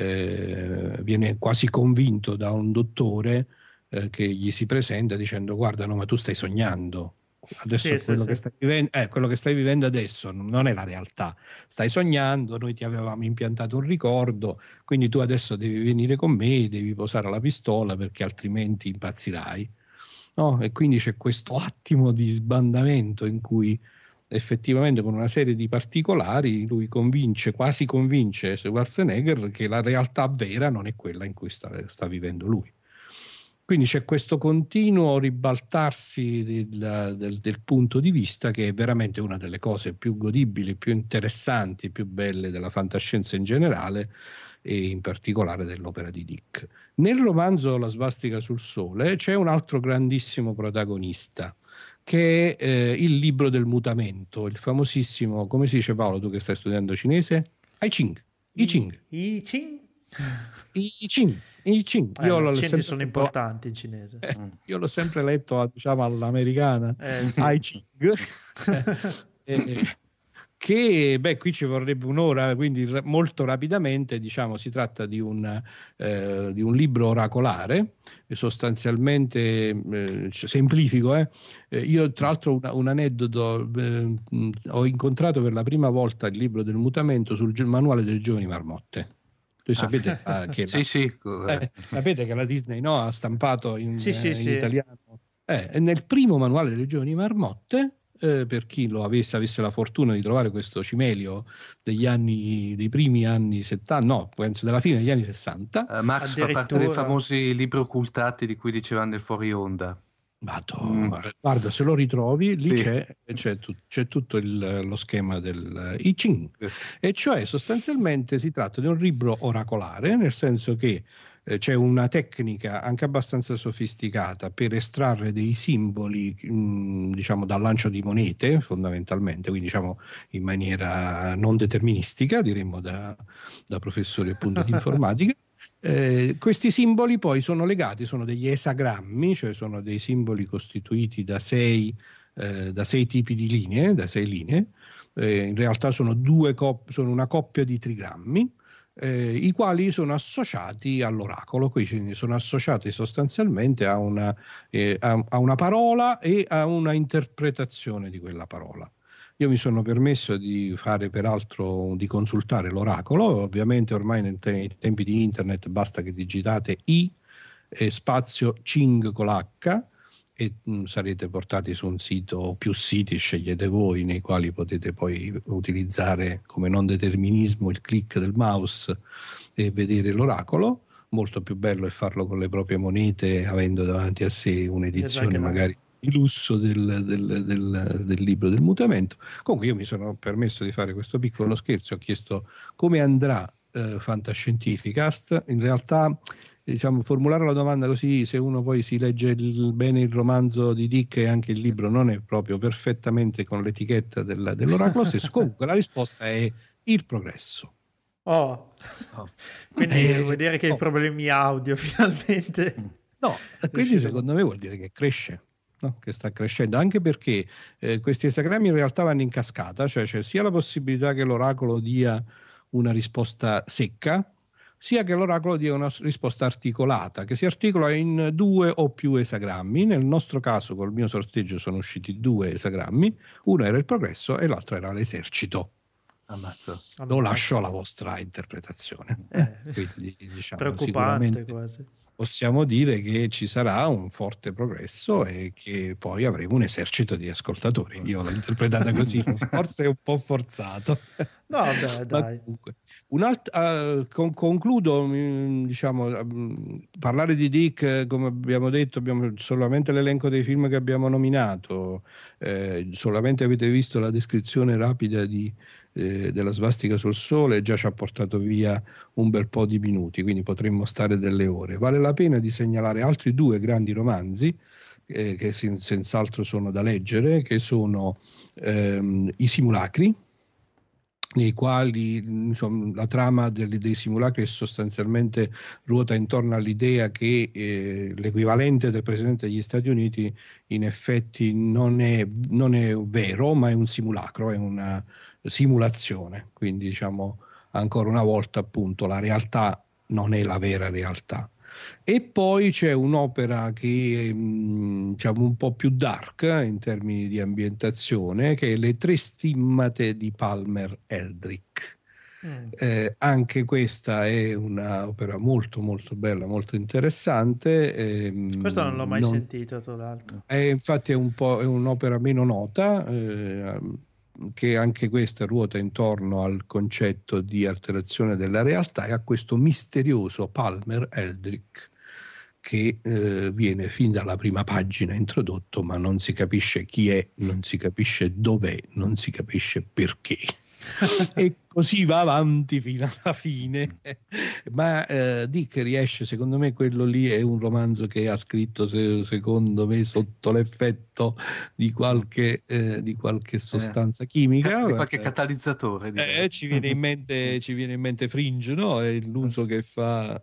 quasi convinto da un dottore che gli si presenta dicendo: guarda, no, ma tu stai sognando. Adesso quello che stai vivendo adesso non è la realtà, stai sognando, noi ti avevamo impiantato un ricordo, quindi tu adesso devi venire con me, devi posare la pistola perché altrimenti impazzirai, no? E quindi c'è questo attimo di sbandamento in cui effettivamente con una serie di particolari lui quasi convince Schwarzenegger che la realtà vera non è quella in cui sta vivendo lui. Quindi c'è questo continuo ribaltarsi del punto di vista, che è veramente una delle cose più godibili, più interessanti, più belle della fantascienza in generale, e in particolare dell'opera di Dick. Nel romanzo La svastica sul sole c'è un altro grandissimo protagonista, che è il libro del mutamento, il famosissimo, come si dice, Paolo, tu che stai studiando cinese? I Ching. I Ching. I Ching? I Ching. I Ching. Io Gli l'ho accenti sempre sono importanti in cinese. io l'ho sempre letto, diciamo, all'americana. Sì. I Ching. Che qui ci vorrebbe un'ora, quindi molto rapidamente, diciamo, si tratta di un libro oracolare, sostanzialmente semplifico. Io tra l'altro un aneddoto, ho incontrato per la prima volta il libro del mutamento sul manuale delle giovani marmotte. Voi sapete che sapete che la Disney, no, ha stampato in italiano nel primo manuale delle giovani marmotte. Per chi avesse la fortuna di trovare questo cimelio dei primi anni 70, no, penso della fine degli anni 60. Max fa parte dei famosi libri occultati di cui dicevano nel fuori onda. Guarda, se lo ritrovi lì c'è tutto lo schema del I Ching, e cioè sostanzialmente si tratta di un libro oracolare, nel senso che c'è una tecnica anche abbastanza sofisticata per estrarre dei simboli, diciamo, dal lancio di monete, fondamentalmente, quindi diciamo in maniera non deterministica, diremmo da professori appunto di informatica. Questi simboli poi sono legati, sono degli esagrammi, cioè sono dei simboli costituiti da sei tipi di linee, da 6 linee. In realtà sono una coppia di trigrammi, i quali sono associati all'oracolo, quindi sono associati sostanzialmente a una parola e a una interpretazione di quella parola. Io mi sono permesso di consultare l'oracolo. Ovviamente ormai nei tempi di internet basta che digitate I spazio Ching con l'H e sarete portati su un sito o più siti, scegliete voi, nei quali potete poi utilizzare come non determinismo il click del mouse e vedere l'oracolo. Molto più bello è farlo con le proprie monete, avendo davanti a sé un'edizione magari di lusso del libro del mutamento. Comunque io mi sono permesso di fare questo piccolo scherzo, ho chiesto come andrà Fantascientificast. In realtà, diciamo, formulare la domanda così, se uno poi si legge bene il romanzo di Dick e anche il libro, non è proprio perfettamente con l'etichetta dell'oracolo stesso. Comunque la risposta è il progresso. Quindi vuol dire che i problemi audio finalmente quindi secondo me vuol dire che cresce, no? Che sta crescendo, anche perché questi esagrammi in realtà vanno in cascata, cioè c'è sia la possibilità che l'oracolo dia una risposta secca, sia che l'oracolo dia una risposta articolata, che si articola in 2 o più esagrammi. Nel nostro caso, col mio sorteggio, sono usciti 2 esagrammi, uno era il progresso e l'altro era l'esercito. Ammazzo. Lo lascio alla vostra interpretazione. Quindi, diciamo, preoccupante quasi. Possiamo dire che ci sarà un forte progresso e che poi avremo un esercito di ascoltatori. Io l'ho interpretata così, forse è un po' forzato. No, beh, dai. Concludo, diciamo, parlare di Dick, come abbiamo detto, abbiamo solamente l'elenco dei film che abbiamo nominato, solamente avete visto la descrizione rapida della svastica sul sole, già ci ha portato via un bel po' di minuti, quindi potremmo stare delle ore. Vale la pena di segnalare altri 2 grandi romanzi che senz'altro sono da leggere, che sono I Simulacri, nei quali, insomma, la trama dei simulacri sostanzialmente ruota intorno all'idea che l'equivalente del presidente degli Stati Uniti in effetti non è vero, ma è un simulacro, è una simulazione. Quindi, diciamo, ancora una volta, appunto, la realtà non è la vera realtà. E poi c'è un'opera che è, diciamo, un po' più dark in termini di ambientazione, che è Le 3 stimmate di Palmer Eldritch. Anche questa è un'opera molto molto bella, molto interessante. Questo non l'ho mai sentito, tra l'altro. Infatti è un'opera meno nota, che anche questa ruota intorno al concetto di alterazione della realtà e a questo misterioso Palmer Eldritch che viene fin dalla prima pagina introdotto, ma non si capisce chi è, non si capisce dov'è, non si capisce perché. E così va avanti fino alla fine. Ma Dick riesce, secondo me quello lì è un romanzo che ha scritto secondo me sotto l'effetto di qualche sostanza chimica. Di qualche catalizzatore, direi. Ci viene in mente Fringe, no? È l'uso che fa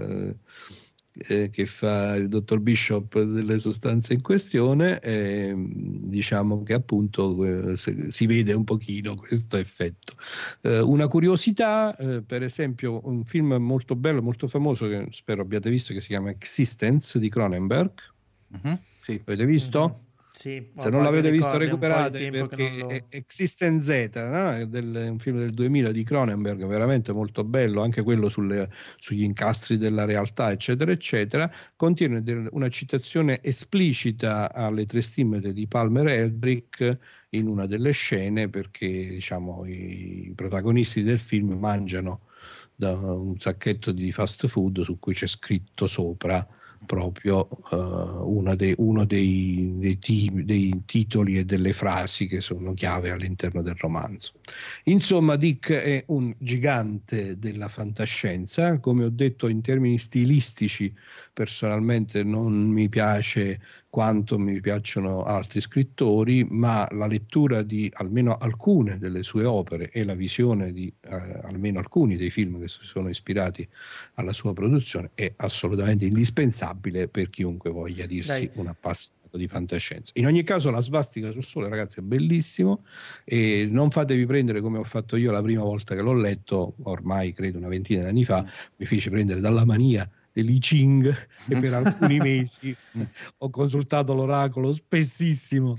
il dottor Bishop delle sostanze in questione, diciamo che appunto si vede un pochino questo effetto. Una curiosità, per esempio, un film molto bello, molto famoso che spero abbiate visto, che si chiama Existence di Cronenberg. Sì. Avete visto? Sì, Se non l'avete visto, ricordi, recuperate, un po' di tempo che perché non lo- Existence Z, no? È un film del 2000 di Cronenberg, veramente molto bello, anche quello sugli incastri della realtà, eccetera, eccetera. Contiene una citazione esplicita alle tre stimmate di Palmer Eldritch in una delle scene, perché diciamo i protagonisti del film mangiano da un sacchetto di fast food su cui c'è scritto sopra proprio uno dei titoli e delle frasi che sono chiave all'interno del romanzo. Insomma, Dick è un gigante della fantascienza, come ho detto, in termini stilistici personalmente non mi piace quanto mi piacciono altri scrittori, ma la lettura di almeno alcune delle sue opere e la visione di almeno alcuni dei film che si sono ispirati alla sua produzione è assolutamente indispensabile per chiunque voglia dirsi un appassionato di fantascienza. In ogni caso, La svastica sul sole, ragazzi, è bellissimo, e non fatevi prendere come ho fatto io la prima volta che l'ho letto, ormai credo una ventina di anni fa, mi fece prendere dalla mania dell'I Ching e per alcuni mesi ho consultato l'oracolo spessissimo.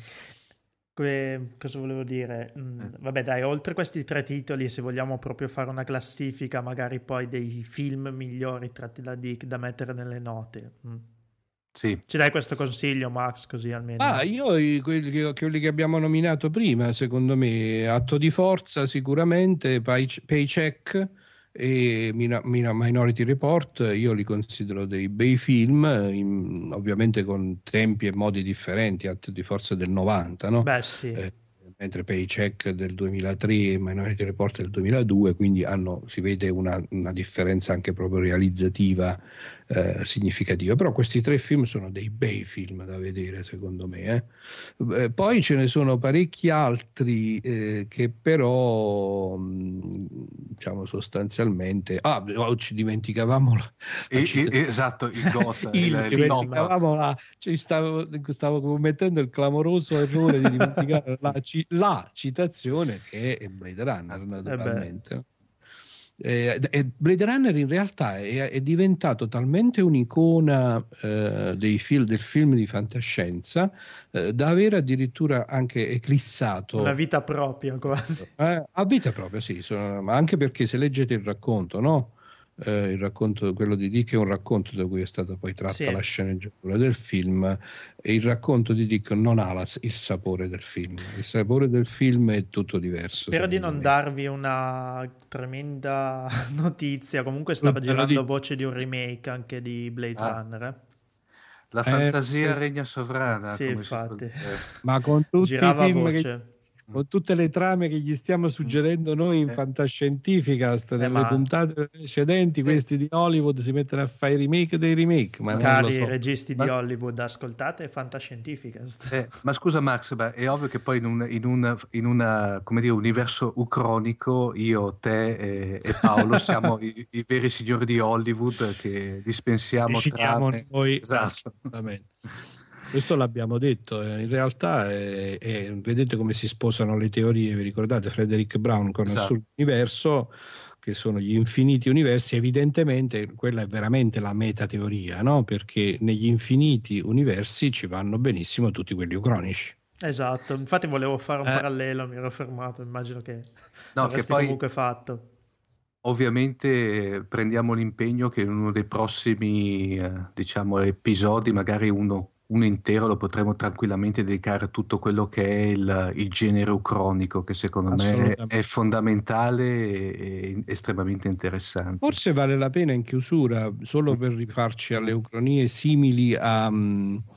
Cosa volevo dire? Vabbè, dai, oltre questi tre titoli, se vogliamo proprio fare una classifica, magari poi dei film migliori tratti da Dick da mettere nelle note. Sì. Ci dai questo consiglio, Max, così almeno? Io quelli che abbiamo nominato prima, secondo me, Atto di forza sicuramente, Paycheck e Minority Report, io li considero dei bei film, ovviamente con tempi e modi differenti. Atto di forza del 90, no? Beh, sì. Mentre Paycheck del 2003 e Minority Report del 2002, quindi si vede una differenza anche proprio realizzativa significativa. Però questi tre film sono dei bei film da vedere, secondo me. Poi ce ne sono parecchi altri che però diciamo sostanzialmente ci dimenticavamo esatto, il GOT stavo commettendo il clamoroso errore di dimenticare la citazione, che è Blade Runner, naturalmente. Blade Runner in realtà è diventato talmente un'icona del film di fantascienza da aver addirittura anche eclissato una vita propria quasi. A vita propria, sì, anche perché se leggete il racconto, no? Il racconto, quello di Dick, è un racconto da cui è stata poi tratta la sceneggiatura del film, e il racconto di Dick non ha il sapore del film. Il sapore del film è tutto diverso. Spero di non darvi una tremenda notizia. Comunque stava girando voce di un remake anche di Blade Runner. La fantasia regna sovrana. Sì, infatti. Ma con tutti girava i film voce. Con tutte le trame che gli stiamo suggerendo noi in Fantascientificast nelle puntate precedenti, questi di Hollywood si mettono a fare i remake dei remake. Ma cari registi di Hollywood, ascoltate Fantascientificast. Ma scusa Max, è ovvio che poi in un come dire, universo ucronico io, te e Paolo siamo i veri signori di Hollywood che dispensiamo trame. Noi. Esatto. Questo l'abbiamo detto, in realtà vedete come si sposano le teorie, vi ricordate Frederick Brown con il suo universo, che sono gli infiniti universi. Evidentemente quella è veramente la metateoria, no? Perché negli infiniti universi ci vanno benissimo tutti quelli ucronici. Esatto, infatti volevo fare un parallelo, mi ero fermato, immagino che l'avresti comunque fatto. Ovviamente prendiamo l'impegno che in uno dei prossimi diciamo episodi, magari uno intero, lo potremo tranquillamente dedicare a tutto quello che è il genere ucronico, che secondo me è fondamentale e estremamente interessante. Forse vale la pena in chiusura, solo per rifarci alle ucronie simili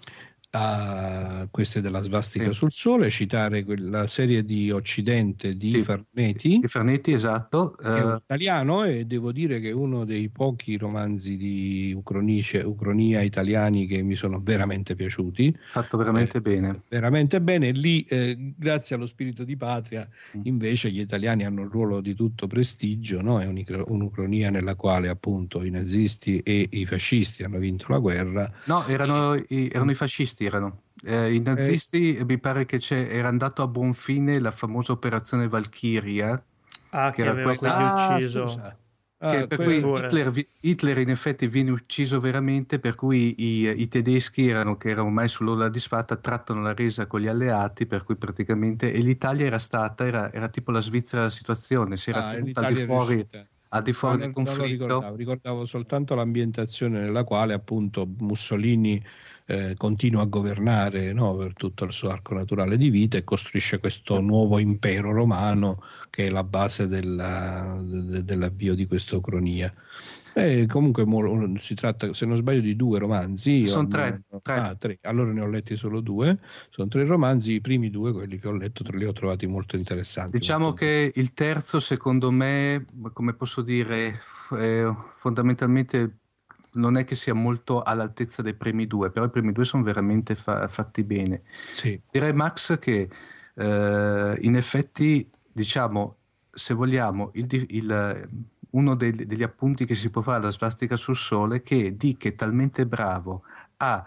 a queste della svastica Sì. sul sole, citare quella serie di Occidente di Sì. Farneti, I Fernetti, esatto. che è un italiano, e devo dire che è uno dei pochi romanzi di Ucronia italiani che mi sono veramente piaciuti. Fatto veramente bene. Veramente bene. Lì, grazie allo spirito di patria, Mm. invece gli italiani hanno un ruolo di tutto prestigio, no? È un'Ucronia nella quale appunto i nazisti e i fascisti hanno vinto la guerra. No, erano i fascisti, erano. I nazisti, mi pare che era andato a buon fine la famosa operazione Valchiria, Ah, che che era aveva quella quindi ucciso Scusa. per cui Führer. Hitler in effetti viene ucciso veramente, per cui i tedeschi che erano ormai sull'orlo di sfatta, trattano la resa con gli alleati, per cui praticamente, e l'Italia era tipo la Svizzera della situazione, si era tenuta l'Italia è riuscita. al di No, fuori del non lo conflitto. ricordavo soltanto l'ambientazione nella quale appunto Mussolini continua a governare, no, per tutto il suo arco naturale di vita e costruisce questo nuovo impero romano che è la base dell'avvio di questa ucronia. Comunque si tratta, se non sbaglio, di due romanzi. Io Sono almeno, tre. tre, allora ne ho letti solo due. Sono tre romanzi, i primi due, quelli che ho letto, li ho trovati molto interessanti. Diciamo molto che il terzo, secondo me, come posso dire, fondamentalmente non è che sia molto all'altezza dei primi due, però i primi due sono veramente fatti bene. sì. Direi, Max, che in effetti, diciamo, se vogliamo, uno degli appunti che si può fare alla svastica sul sole, che Dick è talmente bravo a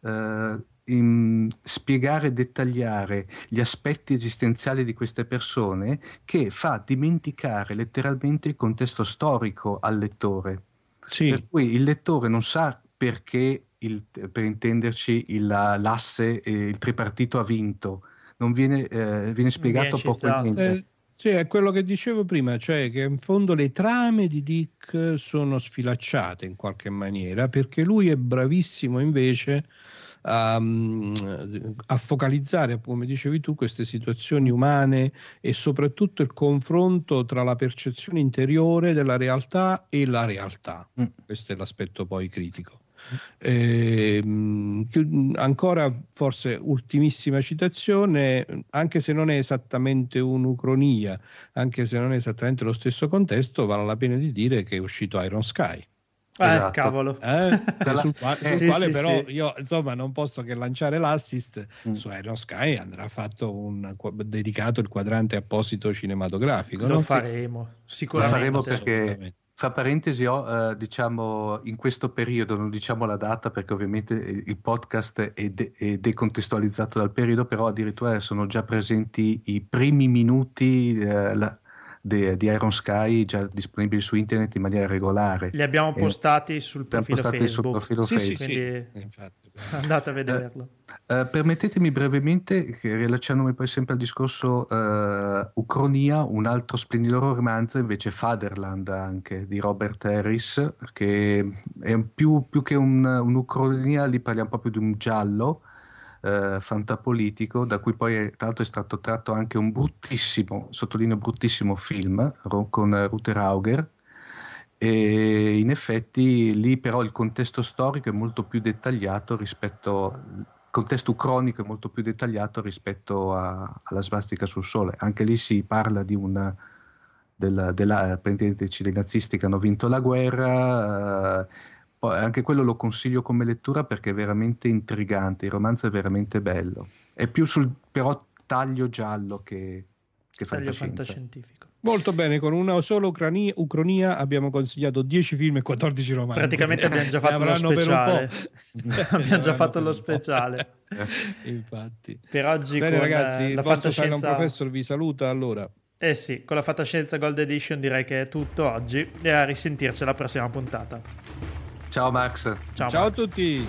spiegare e dettagliare gli aspetti esistenziali di queste persone, che fa dimenticare letteralmente il contesto storico al lettore. Per Sì, cui il lettore non sa perché, per intenderci, l'asse, il tripartito ha vinto. Non viene Viene spiegato poco e citato. niente. sì, è quello che dicevo prima, cioè che in fondo le trame di Dick sono sfilacciate in qualche maniera, perché lui è bravissimo invece a focalizzare, come dicevi tu, queste situazioni umane e soprattutto il confronto tra la percezione interiore della realtà e la realtà. Mm. Questo è l'aspetto poi critico. Ancora forse ultimissima citazione, anche se non è esattamente un'ucronia, anche se non è esattamente lo stesso contesto, vale la pena di dire che è uscito Iron Sky. Esatto. Cavolo. Sul Sì, quale sì, però sì. io insomma non posso che lanciare l'assist. Mm. Su Iron Sky andrà fatto dedicato il quadrante apposito cinematografico, Lo no? faremo, Lo sicuramente. faremo perché, Assolutamente. fra parentesi, diciamo, in questo periodo, non diciamo la data perché ovviamente il podcast è decontestualizzato dal periodo, però addirittura sono già presenti i primi minuti di Iron Sky già disponibili su internet in maniera regolare. Li abbiamo E postati sul abbiamo profilo postati sul Facebook, profilo Sì, Facebook. quindi infatti. andate a vederlo. Permettetemi brevemente, che riallacciandomi poi sempre al discorso Ucronia, un altro splendido romanzo invece Fatherland, anche di Robert Harris, che è più che un'Ucronia, lì parliamo proprio di un giallo fantapolitico, da cui poi tra l'altro è stato tratto anche un bruttissimo, sottolineo bruttissimo film con Rutger Hauer. E in effetti lì però il contesto storico è molto più dettagliato il contesto ucronico è molto più dettagliato rispetto alla svastica sul sole. Anche lì si parla praticamente dei nazisti che hanno vinto la guerra. Poi anche quello lo consiglio come lettura perché è veramente intrigante, il romanzo è veramente bello. È più sul però taglio giallo che Taglio fantascienza. fantascientifico. Molto bene, con una sola ucronia abbiamo consigliato 10 film e 14 romanzi. Praticamente abbiamo già Ne fatto lo avranno per un speciale. po'. Abbiamo già fatto per lo un po'. speciale. Infatti. Per oggi Bene con ragazzi, il la vostro Silent fantascienza... Professor vi saluta allora. Eh sì, con la fantascienza Gold Edition direi che è tutto oggi e a risentirci alla prossima puntata. Ciao Max. Ciao, Ciao a Max. tutti.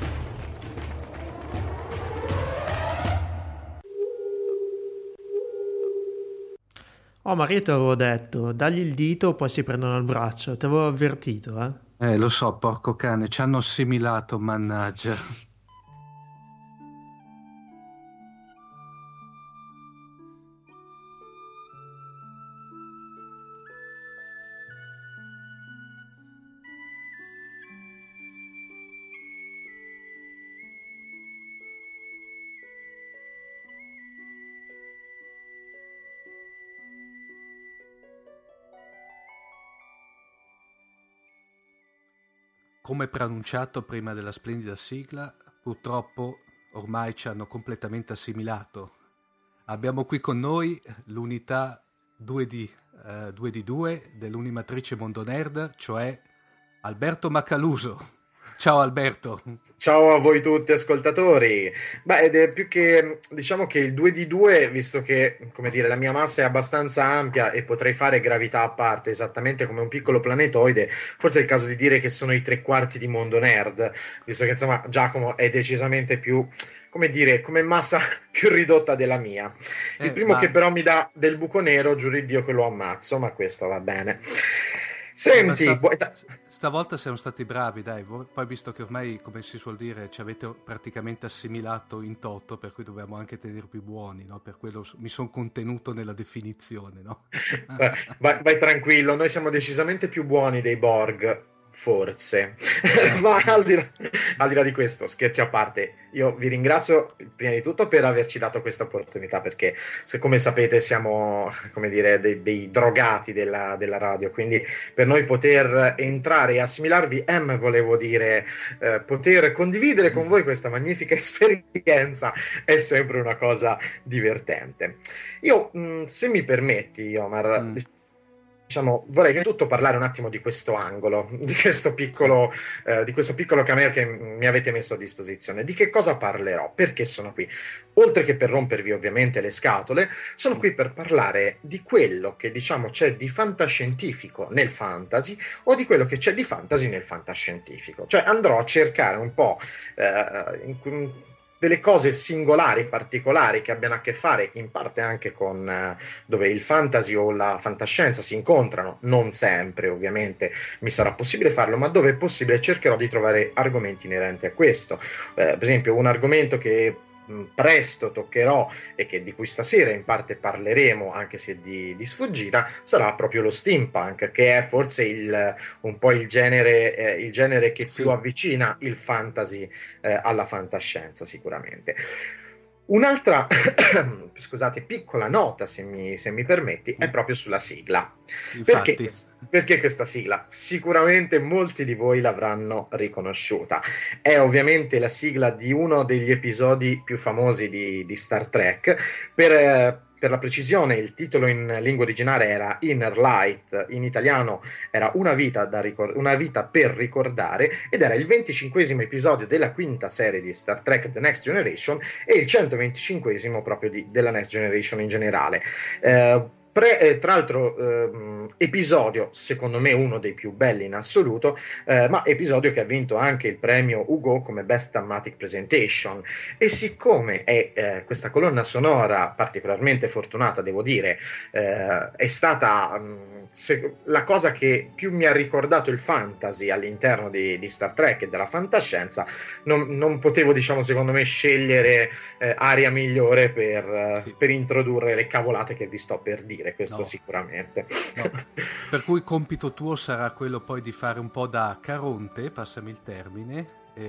Oh, ma io te l'avevo detto, dagli il dito, poi si prendono il braccio. Ti avevo avvertito, eh? Lo so, porco cane, ci hanno assimilato, mannaggia. come preannunciato prima della splendida sigla, purtroppo ormai ci hanno completamente assimilato. Abbiamo qui con noi l'unità 2 di 2 dell'Unimatrice Mondo Nerd, cioè Alberto Macaluso. Ciao Alberto. Ciao a voi tutti ascoltatori. Beh, ed è più che, diciamo che il 2 di 2, visto che, come dire, la mia massa è abbastanza ampia e potrei fare gravità a parte, esattamente come un piccolo planetoide, forse è il caso di dire che sono i 3/4 di Mondo Nerd, visto che, insomma, Giacomo è decisamente più, come dire, come massa più ridotta della mia. Il primo che però mi dà del buco nero, giuro di Dio che lo ammazzo, ma questo va bene. Senti, stavolta siamo stati bravi, dai. Poi visto che ormai, come si suol dire, ci avete praticamente assimilato in toto, per cui dobbiamo anche tenervi buoni, no? Per quello mi sono contenuto nella definizione, no? Vai tranquillo, noi siamo decisamente più buoni dei Borg, forse. Ma al di là di questo, scherzi a parte, io vi ringrazio prima di tutto per averci dato questa opportunità, perché come sapete siamo, come dire, dei drogati della radio, quindi per noi poter entrare e assimilarvi, volevo dire, poter condividere con voi questa magnifica esperienza è sempre una cosa divertente. Io, se mi permetti, Omar, diciamo, vorrei innanzitutto parlare un attimo di questo angolo, di questo piccolo cameo che mi avete messo a disposizione. Di che cosa parlerò? Perché sono qui? Oltre che per rompervi ovviamente le scatole, sono qui per parlare di quello che, diciamo, c'è di fantascientifico nel fantasy o di quello che c'è di fantasy nel fantascientifico. Cioè andrò a cercare un po' delle cose singolari, particolari, che abbiano a che fare in parte anche con dove il fantasy o la fantascienza si incontrano, non sempre ovviamente mi sarà possibile farlo, ma dove è possibile cercherò di trovare argomenti inerenti a questo. Per esempio un argomento che presto toccherò e di cui stasera in parte parleremo, anche se di sfuggita, sarà proprio lo steampunk, che è forse un po' il genere che più avvicina il fantasy alla fantascienza, sicuramente. Un'altra scusate, piccola nota, se mi permetti, è proprio sulla sigla. Perché questa sigla? Sicuramente molti di voi l'avranno riconosciuta. È ovviamente la sigla di uno degli episodi più famosi di Star Trek. Per la precisione, il titolo in lingua originale era Inner Light, in italiano era Una vita per ricordare, ed era il 25esimo episodio della quinta serie di Star Trek The Next Generation e il 125esimo proprio della Next Generation in generale. Tra l'altro episodio secondo me uno dei più belli in assoluto, ma episodio che ha vinto anche il premio Hugo come Best Dramatic Presentation, e siccome è questa colonna sonora particolarmente fortunata, devo dire, è stata la cosa che più mi ha ricordato il fantasy all'interno di Star Trek e della fantascienza, non potevo, diciamo, secondo me scegliere aria migliore per introdurre le cavolate che vi sto per dire. Questo sicuramente. Per cui compito tuo sarà quello poi di fare un po' da Caronte, passami il termine,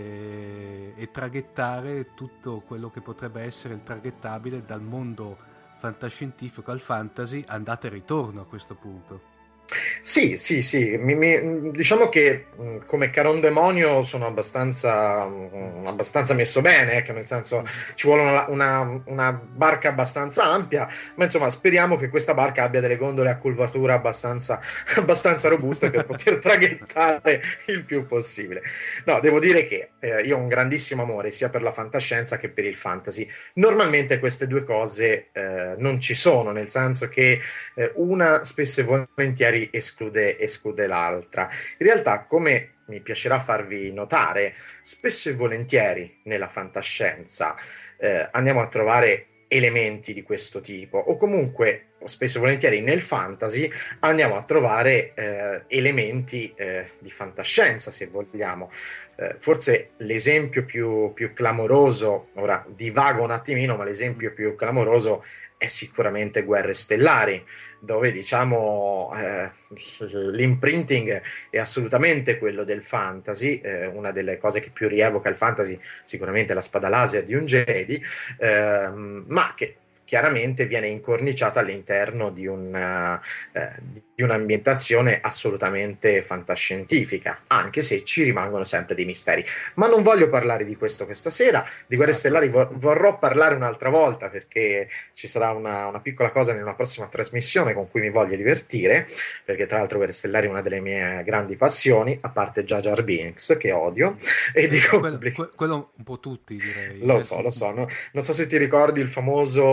e traghettare tutto quello che potrebbe essere il traghettabile dal mondo fantascientifico al fantasy, andata e ritorno a questo punto. Sì, diciamo che come Caron Demonio sono abbastanza messo bene, che nel senso ci vuole una barca abbastanza ampia, ma insomma speriamo che questa barca abbia delle gondole a curvatura abbastanza robuste per poter traghettare il più possibile. No, devo dire che io ho un grandissimo amore sia per la fantascienza che per il fantasy. Normalmente queste due cose non ci sono, nel senso che una spesso e volentieri esclude l'altra. In realtà, come mi piacerà farvi notare, spesso e volentieri nella fantascienza andiamo a trovare elementi di questo tipo, o comunque spesso e volentieri nel fantasy andiamo a trovare elementi di fantascienza, se vogliamo. Forse l'esempio più clamoroso, ora divago un attimino, ma l'esempio più clamoroso è sicuramente Guerre Stellari, dove, diciamo, l'imprinting è assolutamente quello del fantasy. Una delle cose che più rievoca il fantasy sicuramente è la spada laser di un Jedi, ma che chiaramente viene incorniciata all'interno di di un'ambientazione assolutamente fantascientifica, anche se ci rimangono sempre dei misteri. Ma non voglio parlare di questo questa sera, di Guerre Stellari vorrò parlare un'altra volta, perché ci sarà una piccola cosa nella prossima trasmissione con cui mi voglio divertire, perché tra l'altro Guerre Stellari è una delle mie grandi passioni, a parte Jar Jar Binks, che odio, e dico quello un po' tutti, direi. Lo so, no? Non so se ti ricordi il famoso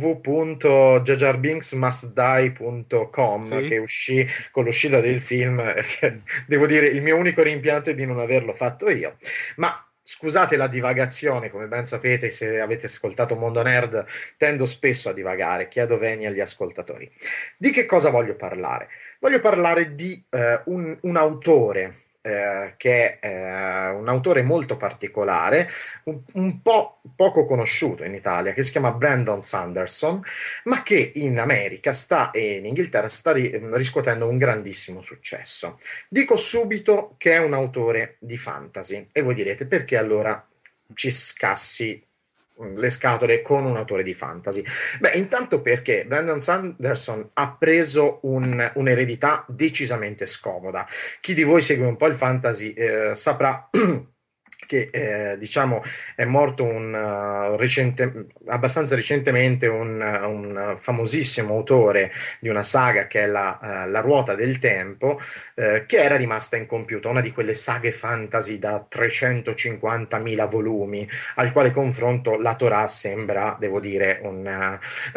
www.jajarbingsmustdie.com, Sì. che uscì con l'uscita del film. Devo dire, il mio unico rimpianto è di non averlo fatto io. Ma scusate la divagazione, come ben sapete, se avete ascoltato Mondo Nerd, tendo spesso a divagare, chiedo venia agli ascoltatori. Di che cosa voglio parlare? Voglio parlare di un autore che è un autore molto particolare, un po' poco conosciuto in Italia, che si chiama Brandon Sanderson, ma che in America e in Inghilterra sta riscuotendo un grandissimo successo. Dico subito che è un autore di fantasy e voi direte: perché allora ci scassi le scatole con un autore di fantasy? Beh, intanto perché Brandon Sanderson ha preso un'eredità decisamente scomoda. Chi di voi segue un po' il fantasy saprà che diciamo è morto abbastanza recentemente un famosissimo autore di una saga che è la Ruota del Tempo, che era rimasta incompiuta, una di quelle saghe fantasy da 350.000 volumi, al quale confronto la Torah sembra, devo dire, una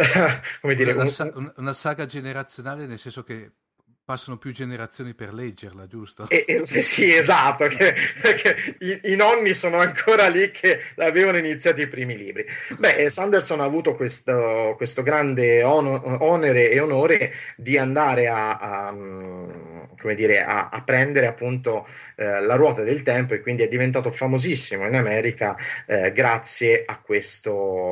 saga generazionale, nel senso che passano più generazioni per leggerla, giusto? Sì, esatto, perché i nonni sono ancora lì che avevano iniziato i primi libri. Beh, Sanderson ha avuto questo grande onere e onore di andare a prendere appunto la Ruota del Tempo, e quindi è diventato famosissimo in America grazie a questa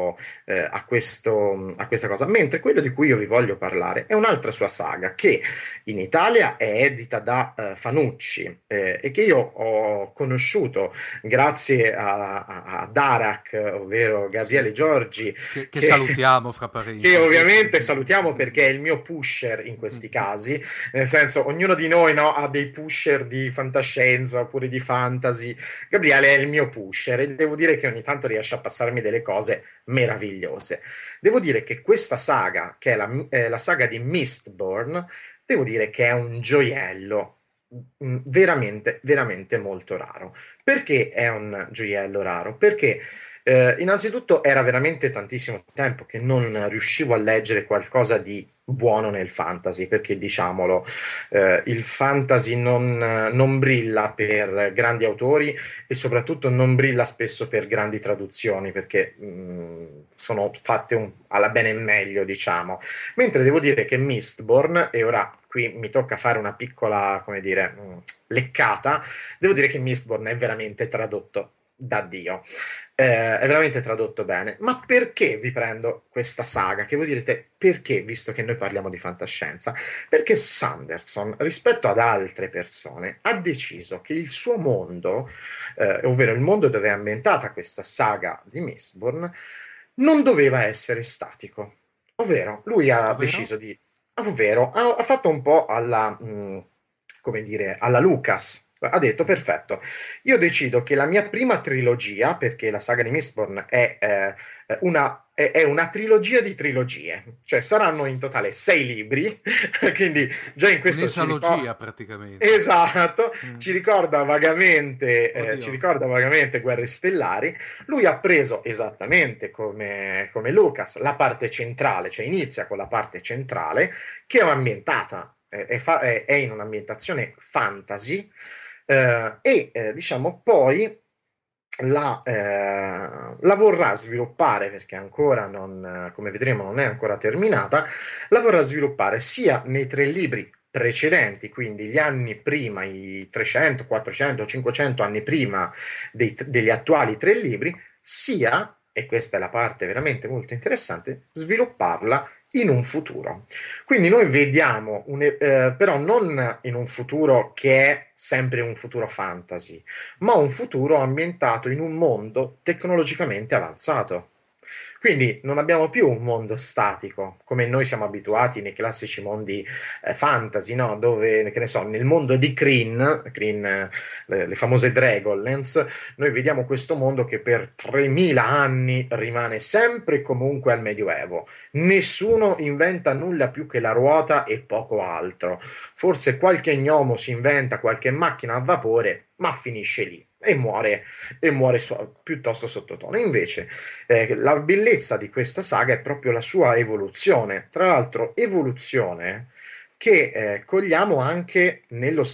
cosa. Mentre quello di cui io vi voglio parlare è un'altra sua saga che in Italia è edita da Fanucci e che io ho conosciuto grazie a Darak, ovvero Gabriele Giorgi, che salutiamo fra parentesi, che ovviamente salutiamo perché è il mio pusher in questi casi, nel senso, ognuno di noi, no, ha dei pusher di fantascienza oppure di fantasy. Gabriele è il mio pusher e devo dire che ogni tanto riesce a passarmi delle cose meravigliose. Devo dire che questa saga, che è la saga di Mistborn, devo dire che è un gioiello veramente, veramente molto raro. Perché è un gioiello raro? Perché innanzitutto era veramente tantissimo tempo che non riuscivo a leggere qualcosa di buono nel fantasy, perché diciamolo, il fantasy non brilla per grandi autori e soprattutto non brilla spesso per grandi traduzioni, perché sono fatte alla bene e meglio, diciamo. Mentre devo dire che Mistborn, e ora qui mi tocca fare una piccola, come dire, leccata, devo dire che Mistborn è veramente tradotto da Dio. È veramente tradotto bene. Ma perché vi prendo questa saga? Che voi direte: perché, visto che noi parliamo di fantascienza? Perché Sanderson, rispetto ad altre persone, ha deciso che il suo mondo, ovvero il mondo dove è ambientata questa saga di Mistborn, non doveva essere statico. Ovvero, lui ha deciso di... Ovvero, ha fatto un po' alla Lucas. Ha detto: perfetto, io decido che la mia prima trilogia, perché la saga di Mistborn è una trilogia di trilogie, cioè saranno in totale 6 libri, quindi già in questo un'esalogia praticamente. Esatto, ci ricorda vagamente Guerre Stellari. Lui ha preso esattamente come Lucas la parte centrale, cioè inizia con la parte centrale che è ambientata, è in un'ambientazione fantasy. Diciamo poi la vorrà sviluppare, perché ancora come vedremo non è ancora terminata, la vorrà sviluppare sia nei 3 libri precedenti, quindi gli anni prima, i 300, 400, 500 anni prima degli attuali 3 libri, sia, e questa è la parte veramente molto interessante, svilupparla in un futuro. Quindi noi vediamo, però non in un futuro che è sempre un futuro fantasy, ma un futuro ambientato in un mondo tecnologicamente avanzato. Quindi non abbiamo più un mondo statico, come noi siamo abituati nei classici mondi fantasy, no? Dove, che ne so, nel mondo di Kryn, le famose Dragonlance, noi vediamo questo mondo che per 3000 anni rimane sempre e comunque al Medioevo. Nessuno inventa nulla più che la ruota e poco altro. Forse qualche gnomo si inventa qualche macchina a vapore, ma finisce lì e muore piuttosto sottotono. Invece, la bellezza di questa saga è proprio la sua evoluzione. Tra l'altro, evoluzione che cogliamo anche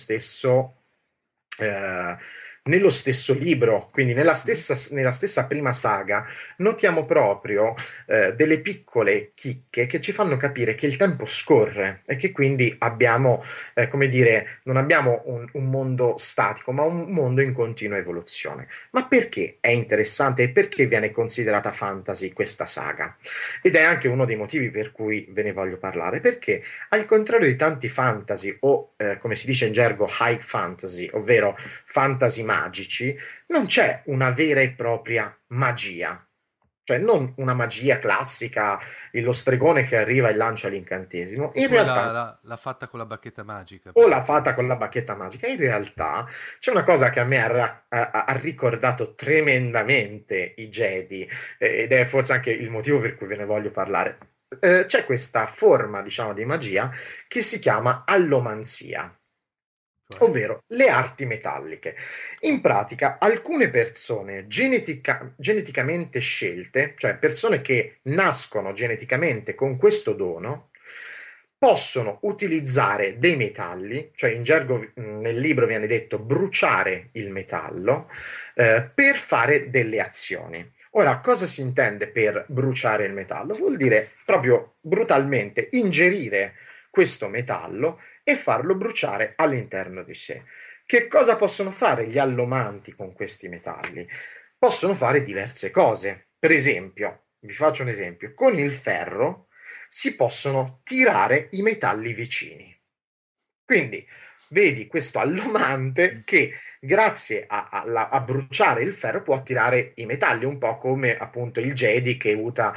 nello stesso libro, quindi nella stessa prima saga, notiamo proprio delle piccole chicche che ci fanno capire che il tempo scorre e che quindi abbiamo, come dire, non abbiamo un mondo statico, ma un mondo in continua evoluzione. Ma perché è interessante e perché viene considerata fantasy questa saga? Ed è anche uno dei motivi per cui ve ne voglio parlare, perché al contrario di tanti fantasy o come si dice in gergo high fantasy, ovvero fantasy magici, non c'è una vera e propria magia. Cioè non una magia classica, lo stregone che arriva e lancia l'incantesimo. In Oppure realtà, la fatta con la bacchetta magica. o la fata con la bacchetta magica. In realtà c'è una cosa che a me ha ricordato tremendamente i Jedi, ed è forse anche il motivo per cui ve ne voglio parlare. C'è questa forma, diciamo, di magia che si chiama allomanzia, Cioè, ovvero le arti metalliche. In pratica, alcune persone geneticamente scelte, cioè persone che nascono geneticamente con questo dono, possono utilizzare dei metalli, cioè in gergo nel libro viene detto bruciare il metallo, per fare delle azioni. Ora, cosa si intende per bruciare il metallo? Vuol dire proprio brutalmente ingerire questo metallo e farlo bruciare all'interno di sé. Che cosa possono fare gli allomanti con questi metalli? Possono fare diverse cose. Per esempio, vi faccio un esempio, con il ferro si possono tirare i metalli vicini. Quindi vedi questo allomante che grazie a bruciare il ferro può attirare i metalli, un po' come appunto il Jedi che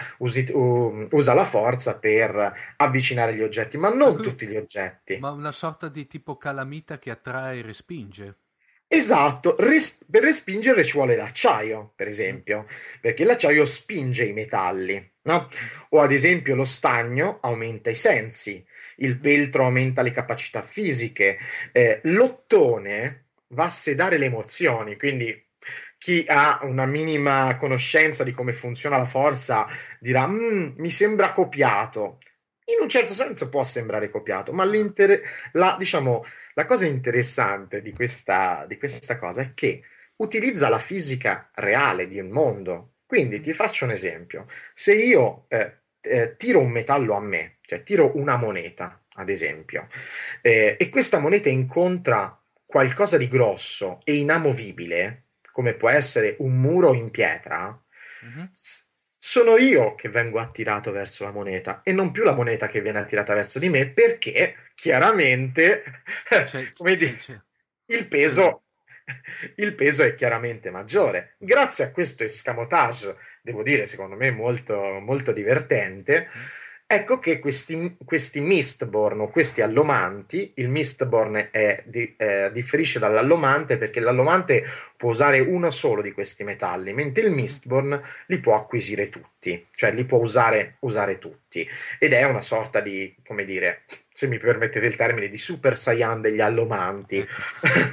usa la forza per avvicinare gli oggetti, ma per non cui- tutti gli oggetti. ma una sorta di tipo calamita che attrae e respinge. Esatto, per respingere ci vuole l'acciaio, per Mm, esempio, perché l'acciaio spinge i metalli, no? O ad esempio lo stagno aumenta i sensi, il peltro aumenta le capacità fisiche, l'ottone va a sedare le emozioni, quindi chi ha una minima conoscenza di come funziona la forza dirà, mi sembra copiato." In un certo senso può sembrare copiato, ma diciamo, la cosa interessante di questa cosa è che utilizza la fisica reale di un mondo. Quindi ti faccio un esempio. Se io tiro un metallo a me, cioè tiro una moneta, ad esempio, e questa moneta incontra qualcosa di grosso e inamovibile, come può essere un muro in pietra, mhm. sono io che vengo attirato verso la moneta e non più la moneta che viene attirata verso di me perché chiaramente, C'è, come c'è, dire, c'è, il c'è- peso, il peso è chiaramente maggiore. Grazie a questo escamotage, devo dire, secondo me molto, molto divertente, ecco che questi Mistborn o questi allomanti, il Mistborn differisce dall'allomante perché l'allomante può usare uno solo di questi metalli, mentre il Mistborn li può acquisire tutti, cioè li può usare tutti. Ed è una sorta di, come dire, se mi permettete il termine, di Super Saiyan degli allomanti, Ecco.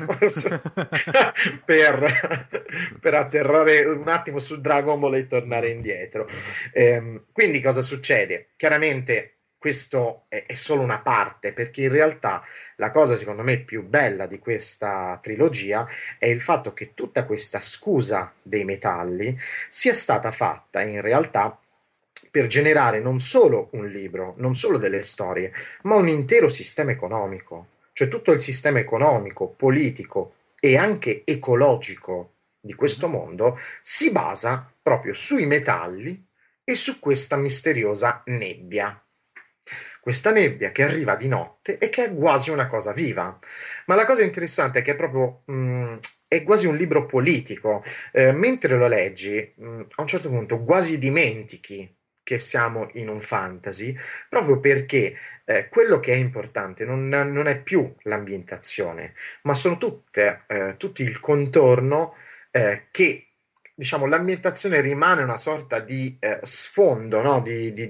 per atterrare un attimo su Dragon Ball e tornare indietro. Quindi cosa succede? Chiaramente questo è solo una parte, perché in realtà la cosa secondo me più bella di questa trilogia è il fatto che tutta questa scusa dei metalli sia stata fatta in realtà per generare non solo un libro, non solo delle storie, ma un intero sistema economico, cioè tutto il sistema economico, politico e anche ecologico di questo Mhm. mondo si basa proprio sui metalli e su questa misteriosa nebbia. Questa nebbia che arriva di notte e che è quasi una cosa viva. Ma la cosa interessante è che è proprio è quasi un libro politico. Mentre lo leggi, a un certo punto quasi dimentichi che siamo in un fantasy, proprio perché quello che è importante non è più l'ambientazione, ma sono tutti il contorno che, diciamo, l'ambientazione rimane una sorta di sfondo, no?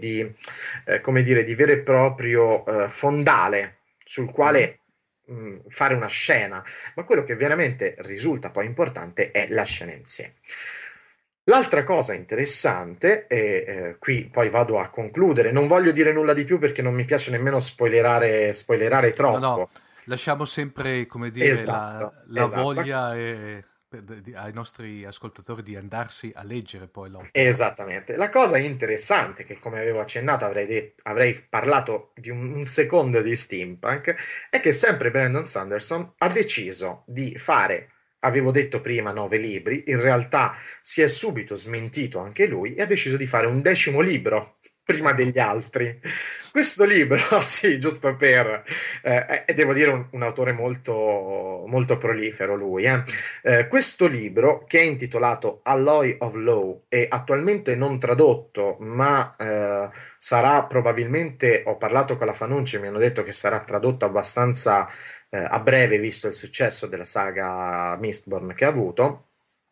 Come dire, di vero e proprio fondale sul quale fare una scena, ma quello che veramente risulta poi importante è la scena in sé. L'altra cosa interessante, e qui poi vado a concludere, non voglio dire nulla di più perché non mi piace nemmeno spoilerare No, troppo. no, lasciamo sempre, come dire, Esatto, la esatto. voglia ai nostri ascoltatori di andarsi a leggere poi l'opera. Esattamente. La cosa interessante, che come avevo accennato avrei parlato di un secondo di steampunk, è che sempre Brandon Sanderson ha deciso di fare, avevo detto prima, 9 libri, in realtà si è subito smentito anche lui e ha deciso di fare un 10° libro prima degli altri. Questo libro, sì, giusto per... e devo dire un autore molto, molto prolifero lui, questo libro, che è intitolato Alloy of Law, è attualmente non tradotto, ma sarà probabilmente, ho parlato con la Fanucci, mi hanno detto che sarà tradotto abbastanza a breve, visto il successo della saga Mistborn che ha avuto.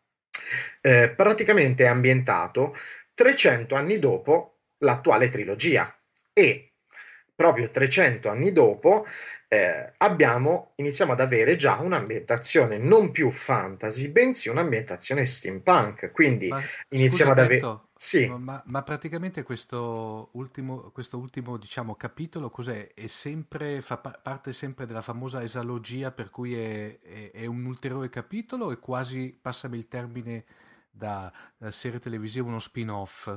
Praticamente è ambientato 300 anni dopo l'attuale trilogia e proprio 300 anni dopo iniziamo ad avere già un'ambientazione non più fantasy, bensì un'ambientazione steampunk. Quindi Ma iniziamo scusa, ad avere... Alberto, Sì. ma praticamente questo ultimo, diciamo, capitolo cos'è? È sempre, parte sempre della famosa esalogia, per cui è un ulteriore capitolo, o è quasi, passami il termine, da serie televisiva, uno spin-off?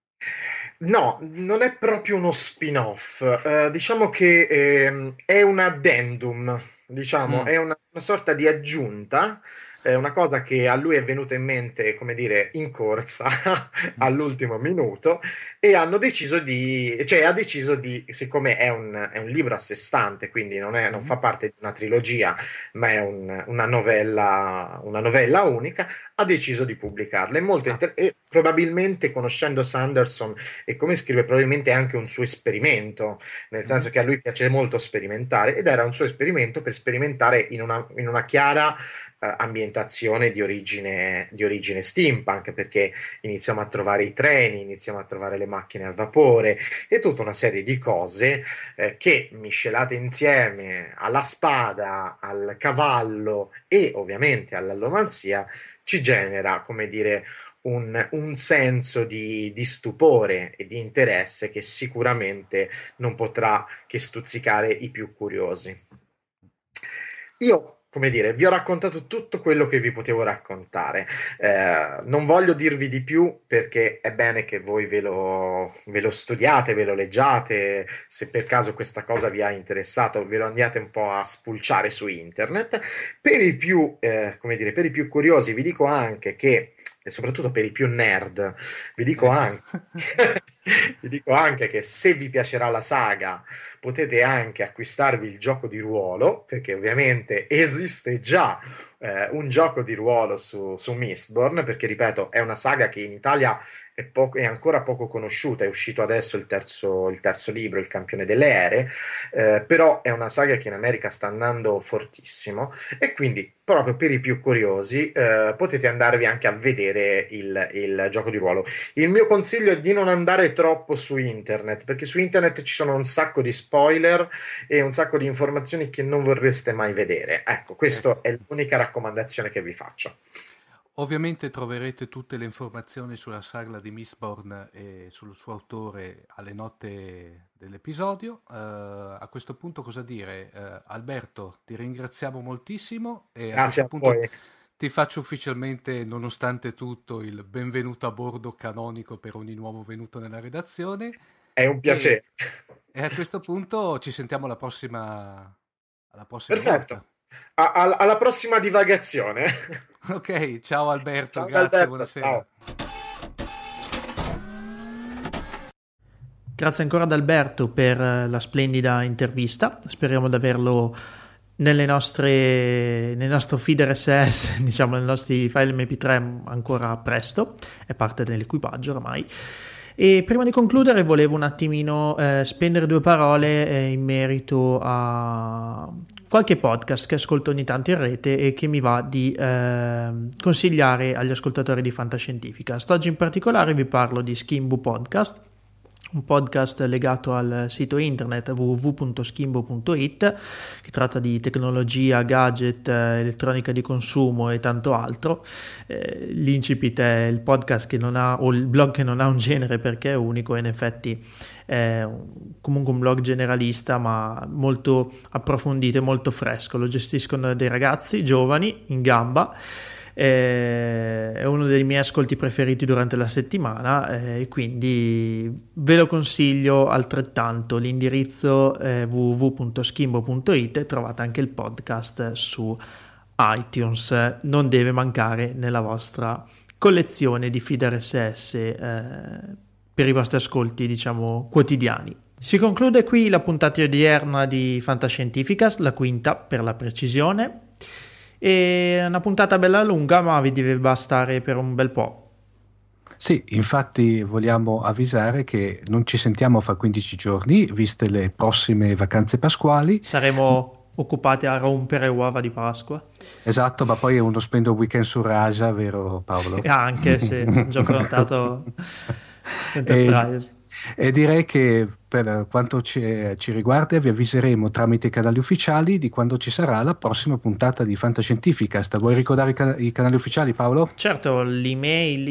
No, non è proprio uno spin-off. Diciamo che è un addendum, diciamo, Mm. è una sorta di aggiunta, è una cosa che a lui è venuta in mente, come dire, in corsa all'ultimo minuto e hanno deciso ha deciso di, siccome è un libro a sé stante, quindi non fa parte di una trilogia, ma è una novella unica, ha deciso di pubblicarla. È molto e probabilmente, conoscendo Sanderson e come scrive, probabilmente è anche un suo esperimento, nel senso che a lui piace molto sperimentare, ed era un suo esperimento per sperimentare in una chiara ambientazione di origine steampunk, perché iniziamo a trovare i treni, iniziamo a trovare le macchine a vapore e tutta una serie di cose che, miscelate insieme alla spada, al cavallo e ovviamente all'allomanzia, ci genera, come dire, un senso di stupore e di interesse che sicuramente non potrà che stuzzicare i più curiosi. Io, come dire, vi ho raccontato tutto quello che vi potevo raccontare. Non voglio dirvi di più perché è bene che voi ve lo studiate, ve lo leggiate. Se per caso questa cosa vi ha interessato, ve lo andiate un po' a spulciare su internet. Per i più, come dire, per i più curiosi, vi dico anche che, e soprattutto per i più nerd, vi dico anche che se vi piacerà la saga potete anche acquistarvi il gioco di ruolo, perché ovviamente esiste già un gioco di ruolo su Mistborn, perché ripeto, è una saga che in Italia è ancora poco conosciuta, è uscito adesso il terzo libro, Il campione delle ere, però è una saga che in America sta andando fortissimo e quindi proprio per i più curiosi potete andarvi anche a vedere il gioco di ruolo. Il mio consiglio è di non andare troppo su internet, perché su internet ci sono un sacco di spoiler e un sacco di informazioni che non vorreste mai vedere. Ecco, questa è l'unica raccomandazione che vi faccio. Ovviamente troverete tutte le informazioni sulla saga di Mistborn e sul suo autore alle note dell'episodio. A questo punto cosa dire? Alberto, ti ringraziamo moltissimo e Grazie a questo a punto voi. ti faccio ufficialmente, nonostante tutto, il benvenuto a bordo canonico per ogni nuovo venuto nella redazione. È un piacere. E a questo punto ci sentiamo alla prossima Perfetto. volta. Alla prossima divagazione. Ok, ciao Alberto, Ciao grazie, Alberto, buonasera. ciao. Grazie ancora ad Alberto per la splendida intervista, speriamo di averlo nel nostro feed RSS, diciamo nei nostri file MP3 ancora presto, è parte dell'equipaggio oramai. E prima di concludere volevo un attimino spendere due parole in merito a qualche podcast che ascolto ogni tanto in rete e che mi va di consigliare agli ascoltatori di Fantascientificast. Oggi in particolare vi parlo di Skimbo Podcast, un podcast legato al sito internet www.skimbo.it che tratta di tecnologia, gadget, elettronica di consumo e tanto altro. L'incipit è il podcast che non ha, o il blog che non ha un genere perché è unico, e in effetti è comunque un blog generalista ma molto approfondito e molto fresco. Lo gestiscono dei ragazzi giovani in gamba. È uno dei miei ascolti preferiti durante la settimana, e quindi ve lo consiglio altrettanto. L'indirizzo è www.skimbo.it, trovate anche il podcast su iTunes, non deve mancare nella vostra collezione di feed RSS per i vostri ascolti, diciamo, quotidiani. Si conclude qui la puntata odierna di Fantascientificast, la quinta per la precisione. È una puntata bella lunga, ma vi deve bastare per un bel po'. Sì, infatti vogliamo avvisare che non ci sentiamo fra 15 giorni, viste le prossime vacanze pasquali. Saremo occupati a rompere uova di Pasqua. Esatto, ma poi è uno splendido weekend su Rasa, vero Paolo? E anche se già prontato Enterprise. E direi che per quanto ci riguarda vi avviseremo tramite i canali ufficiali di quando ci sarà la prossima puntata di Fantascientificast. Vuoi ricordare i canali ufficiali, Paolo? Certo, l'email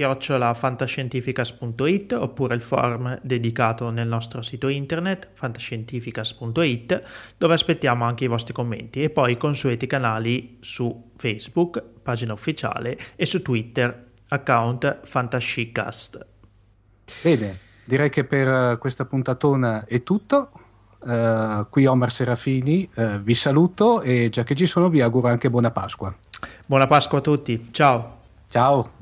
info@fantascientificast.it oppure il forum dedicato nel nostro sito internet fantascientificast.it, dove aspettiamo anche i vostri commenti, e poi i consueti canali su Facebook, pagina ufficiale, e su Twitter, account Fantascicast. Bene. Direi che per questa puntatona è tutto. Qui Omar Serafini, vi saluto, e già che ci sono vi auguro anche buona Pasqua. Buona Pasqua a tutti, ciao. Ciao.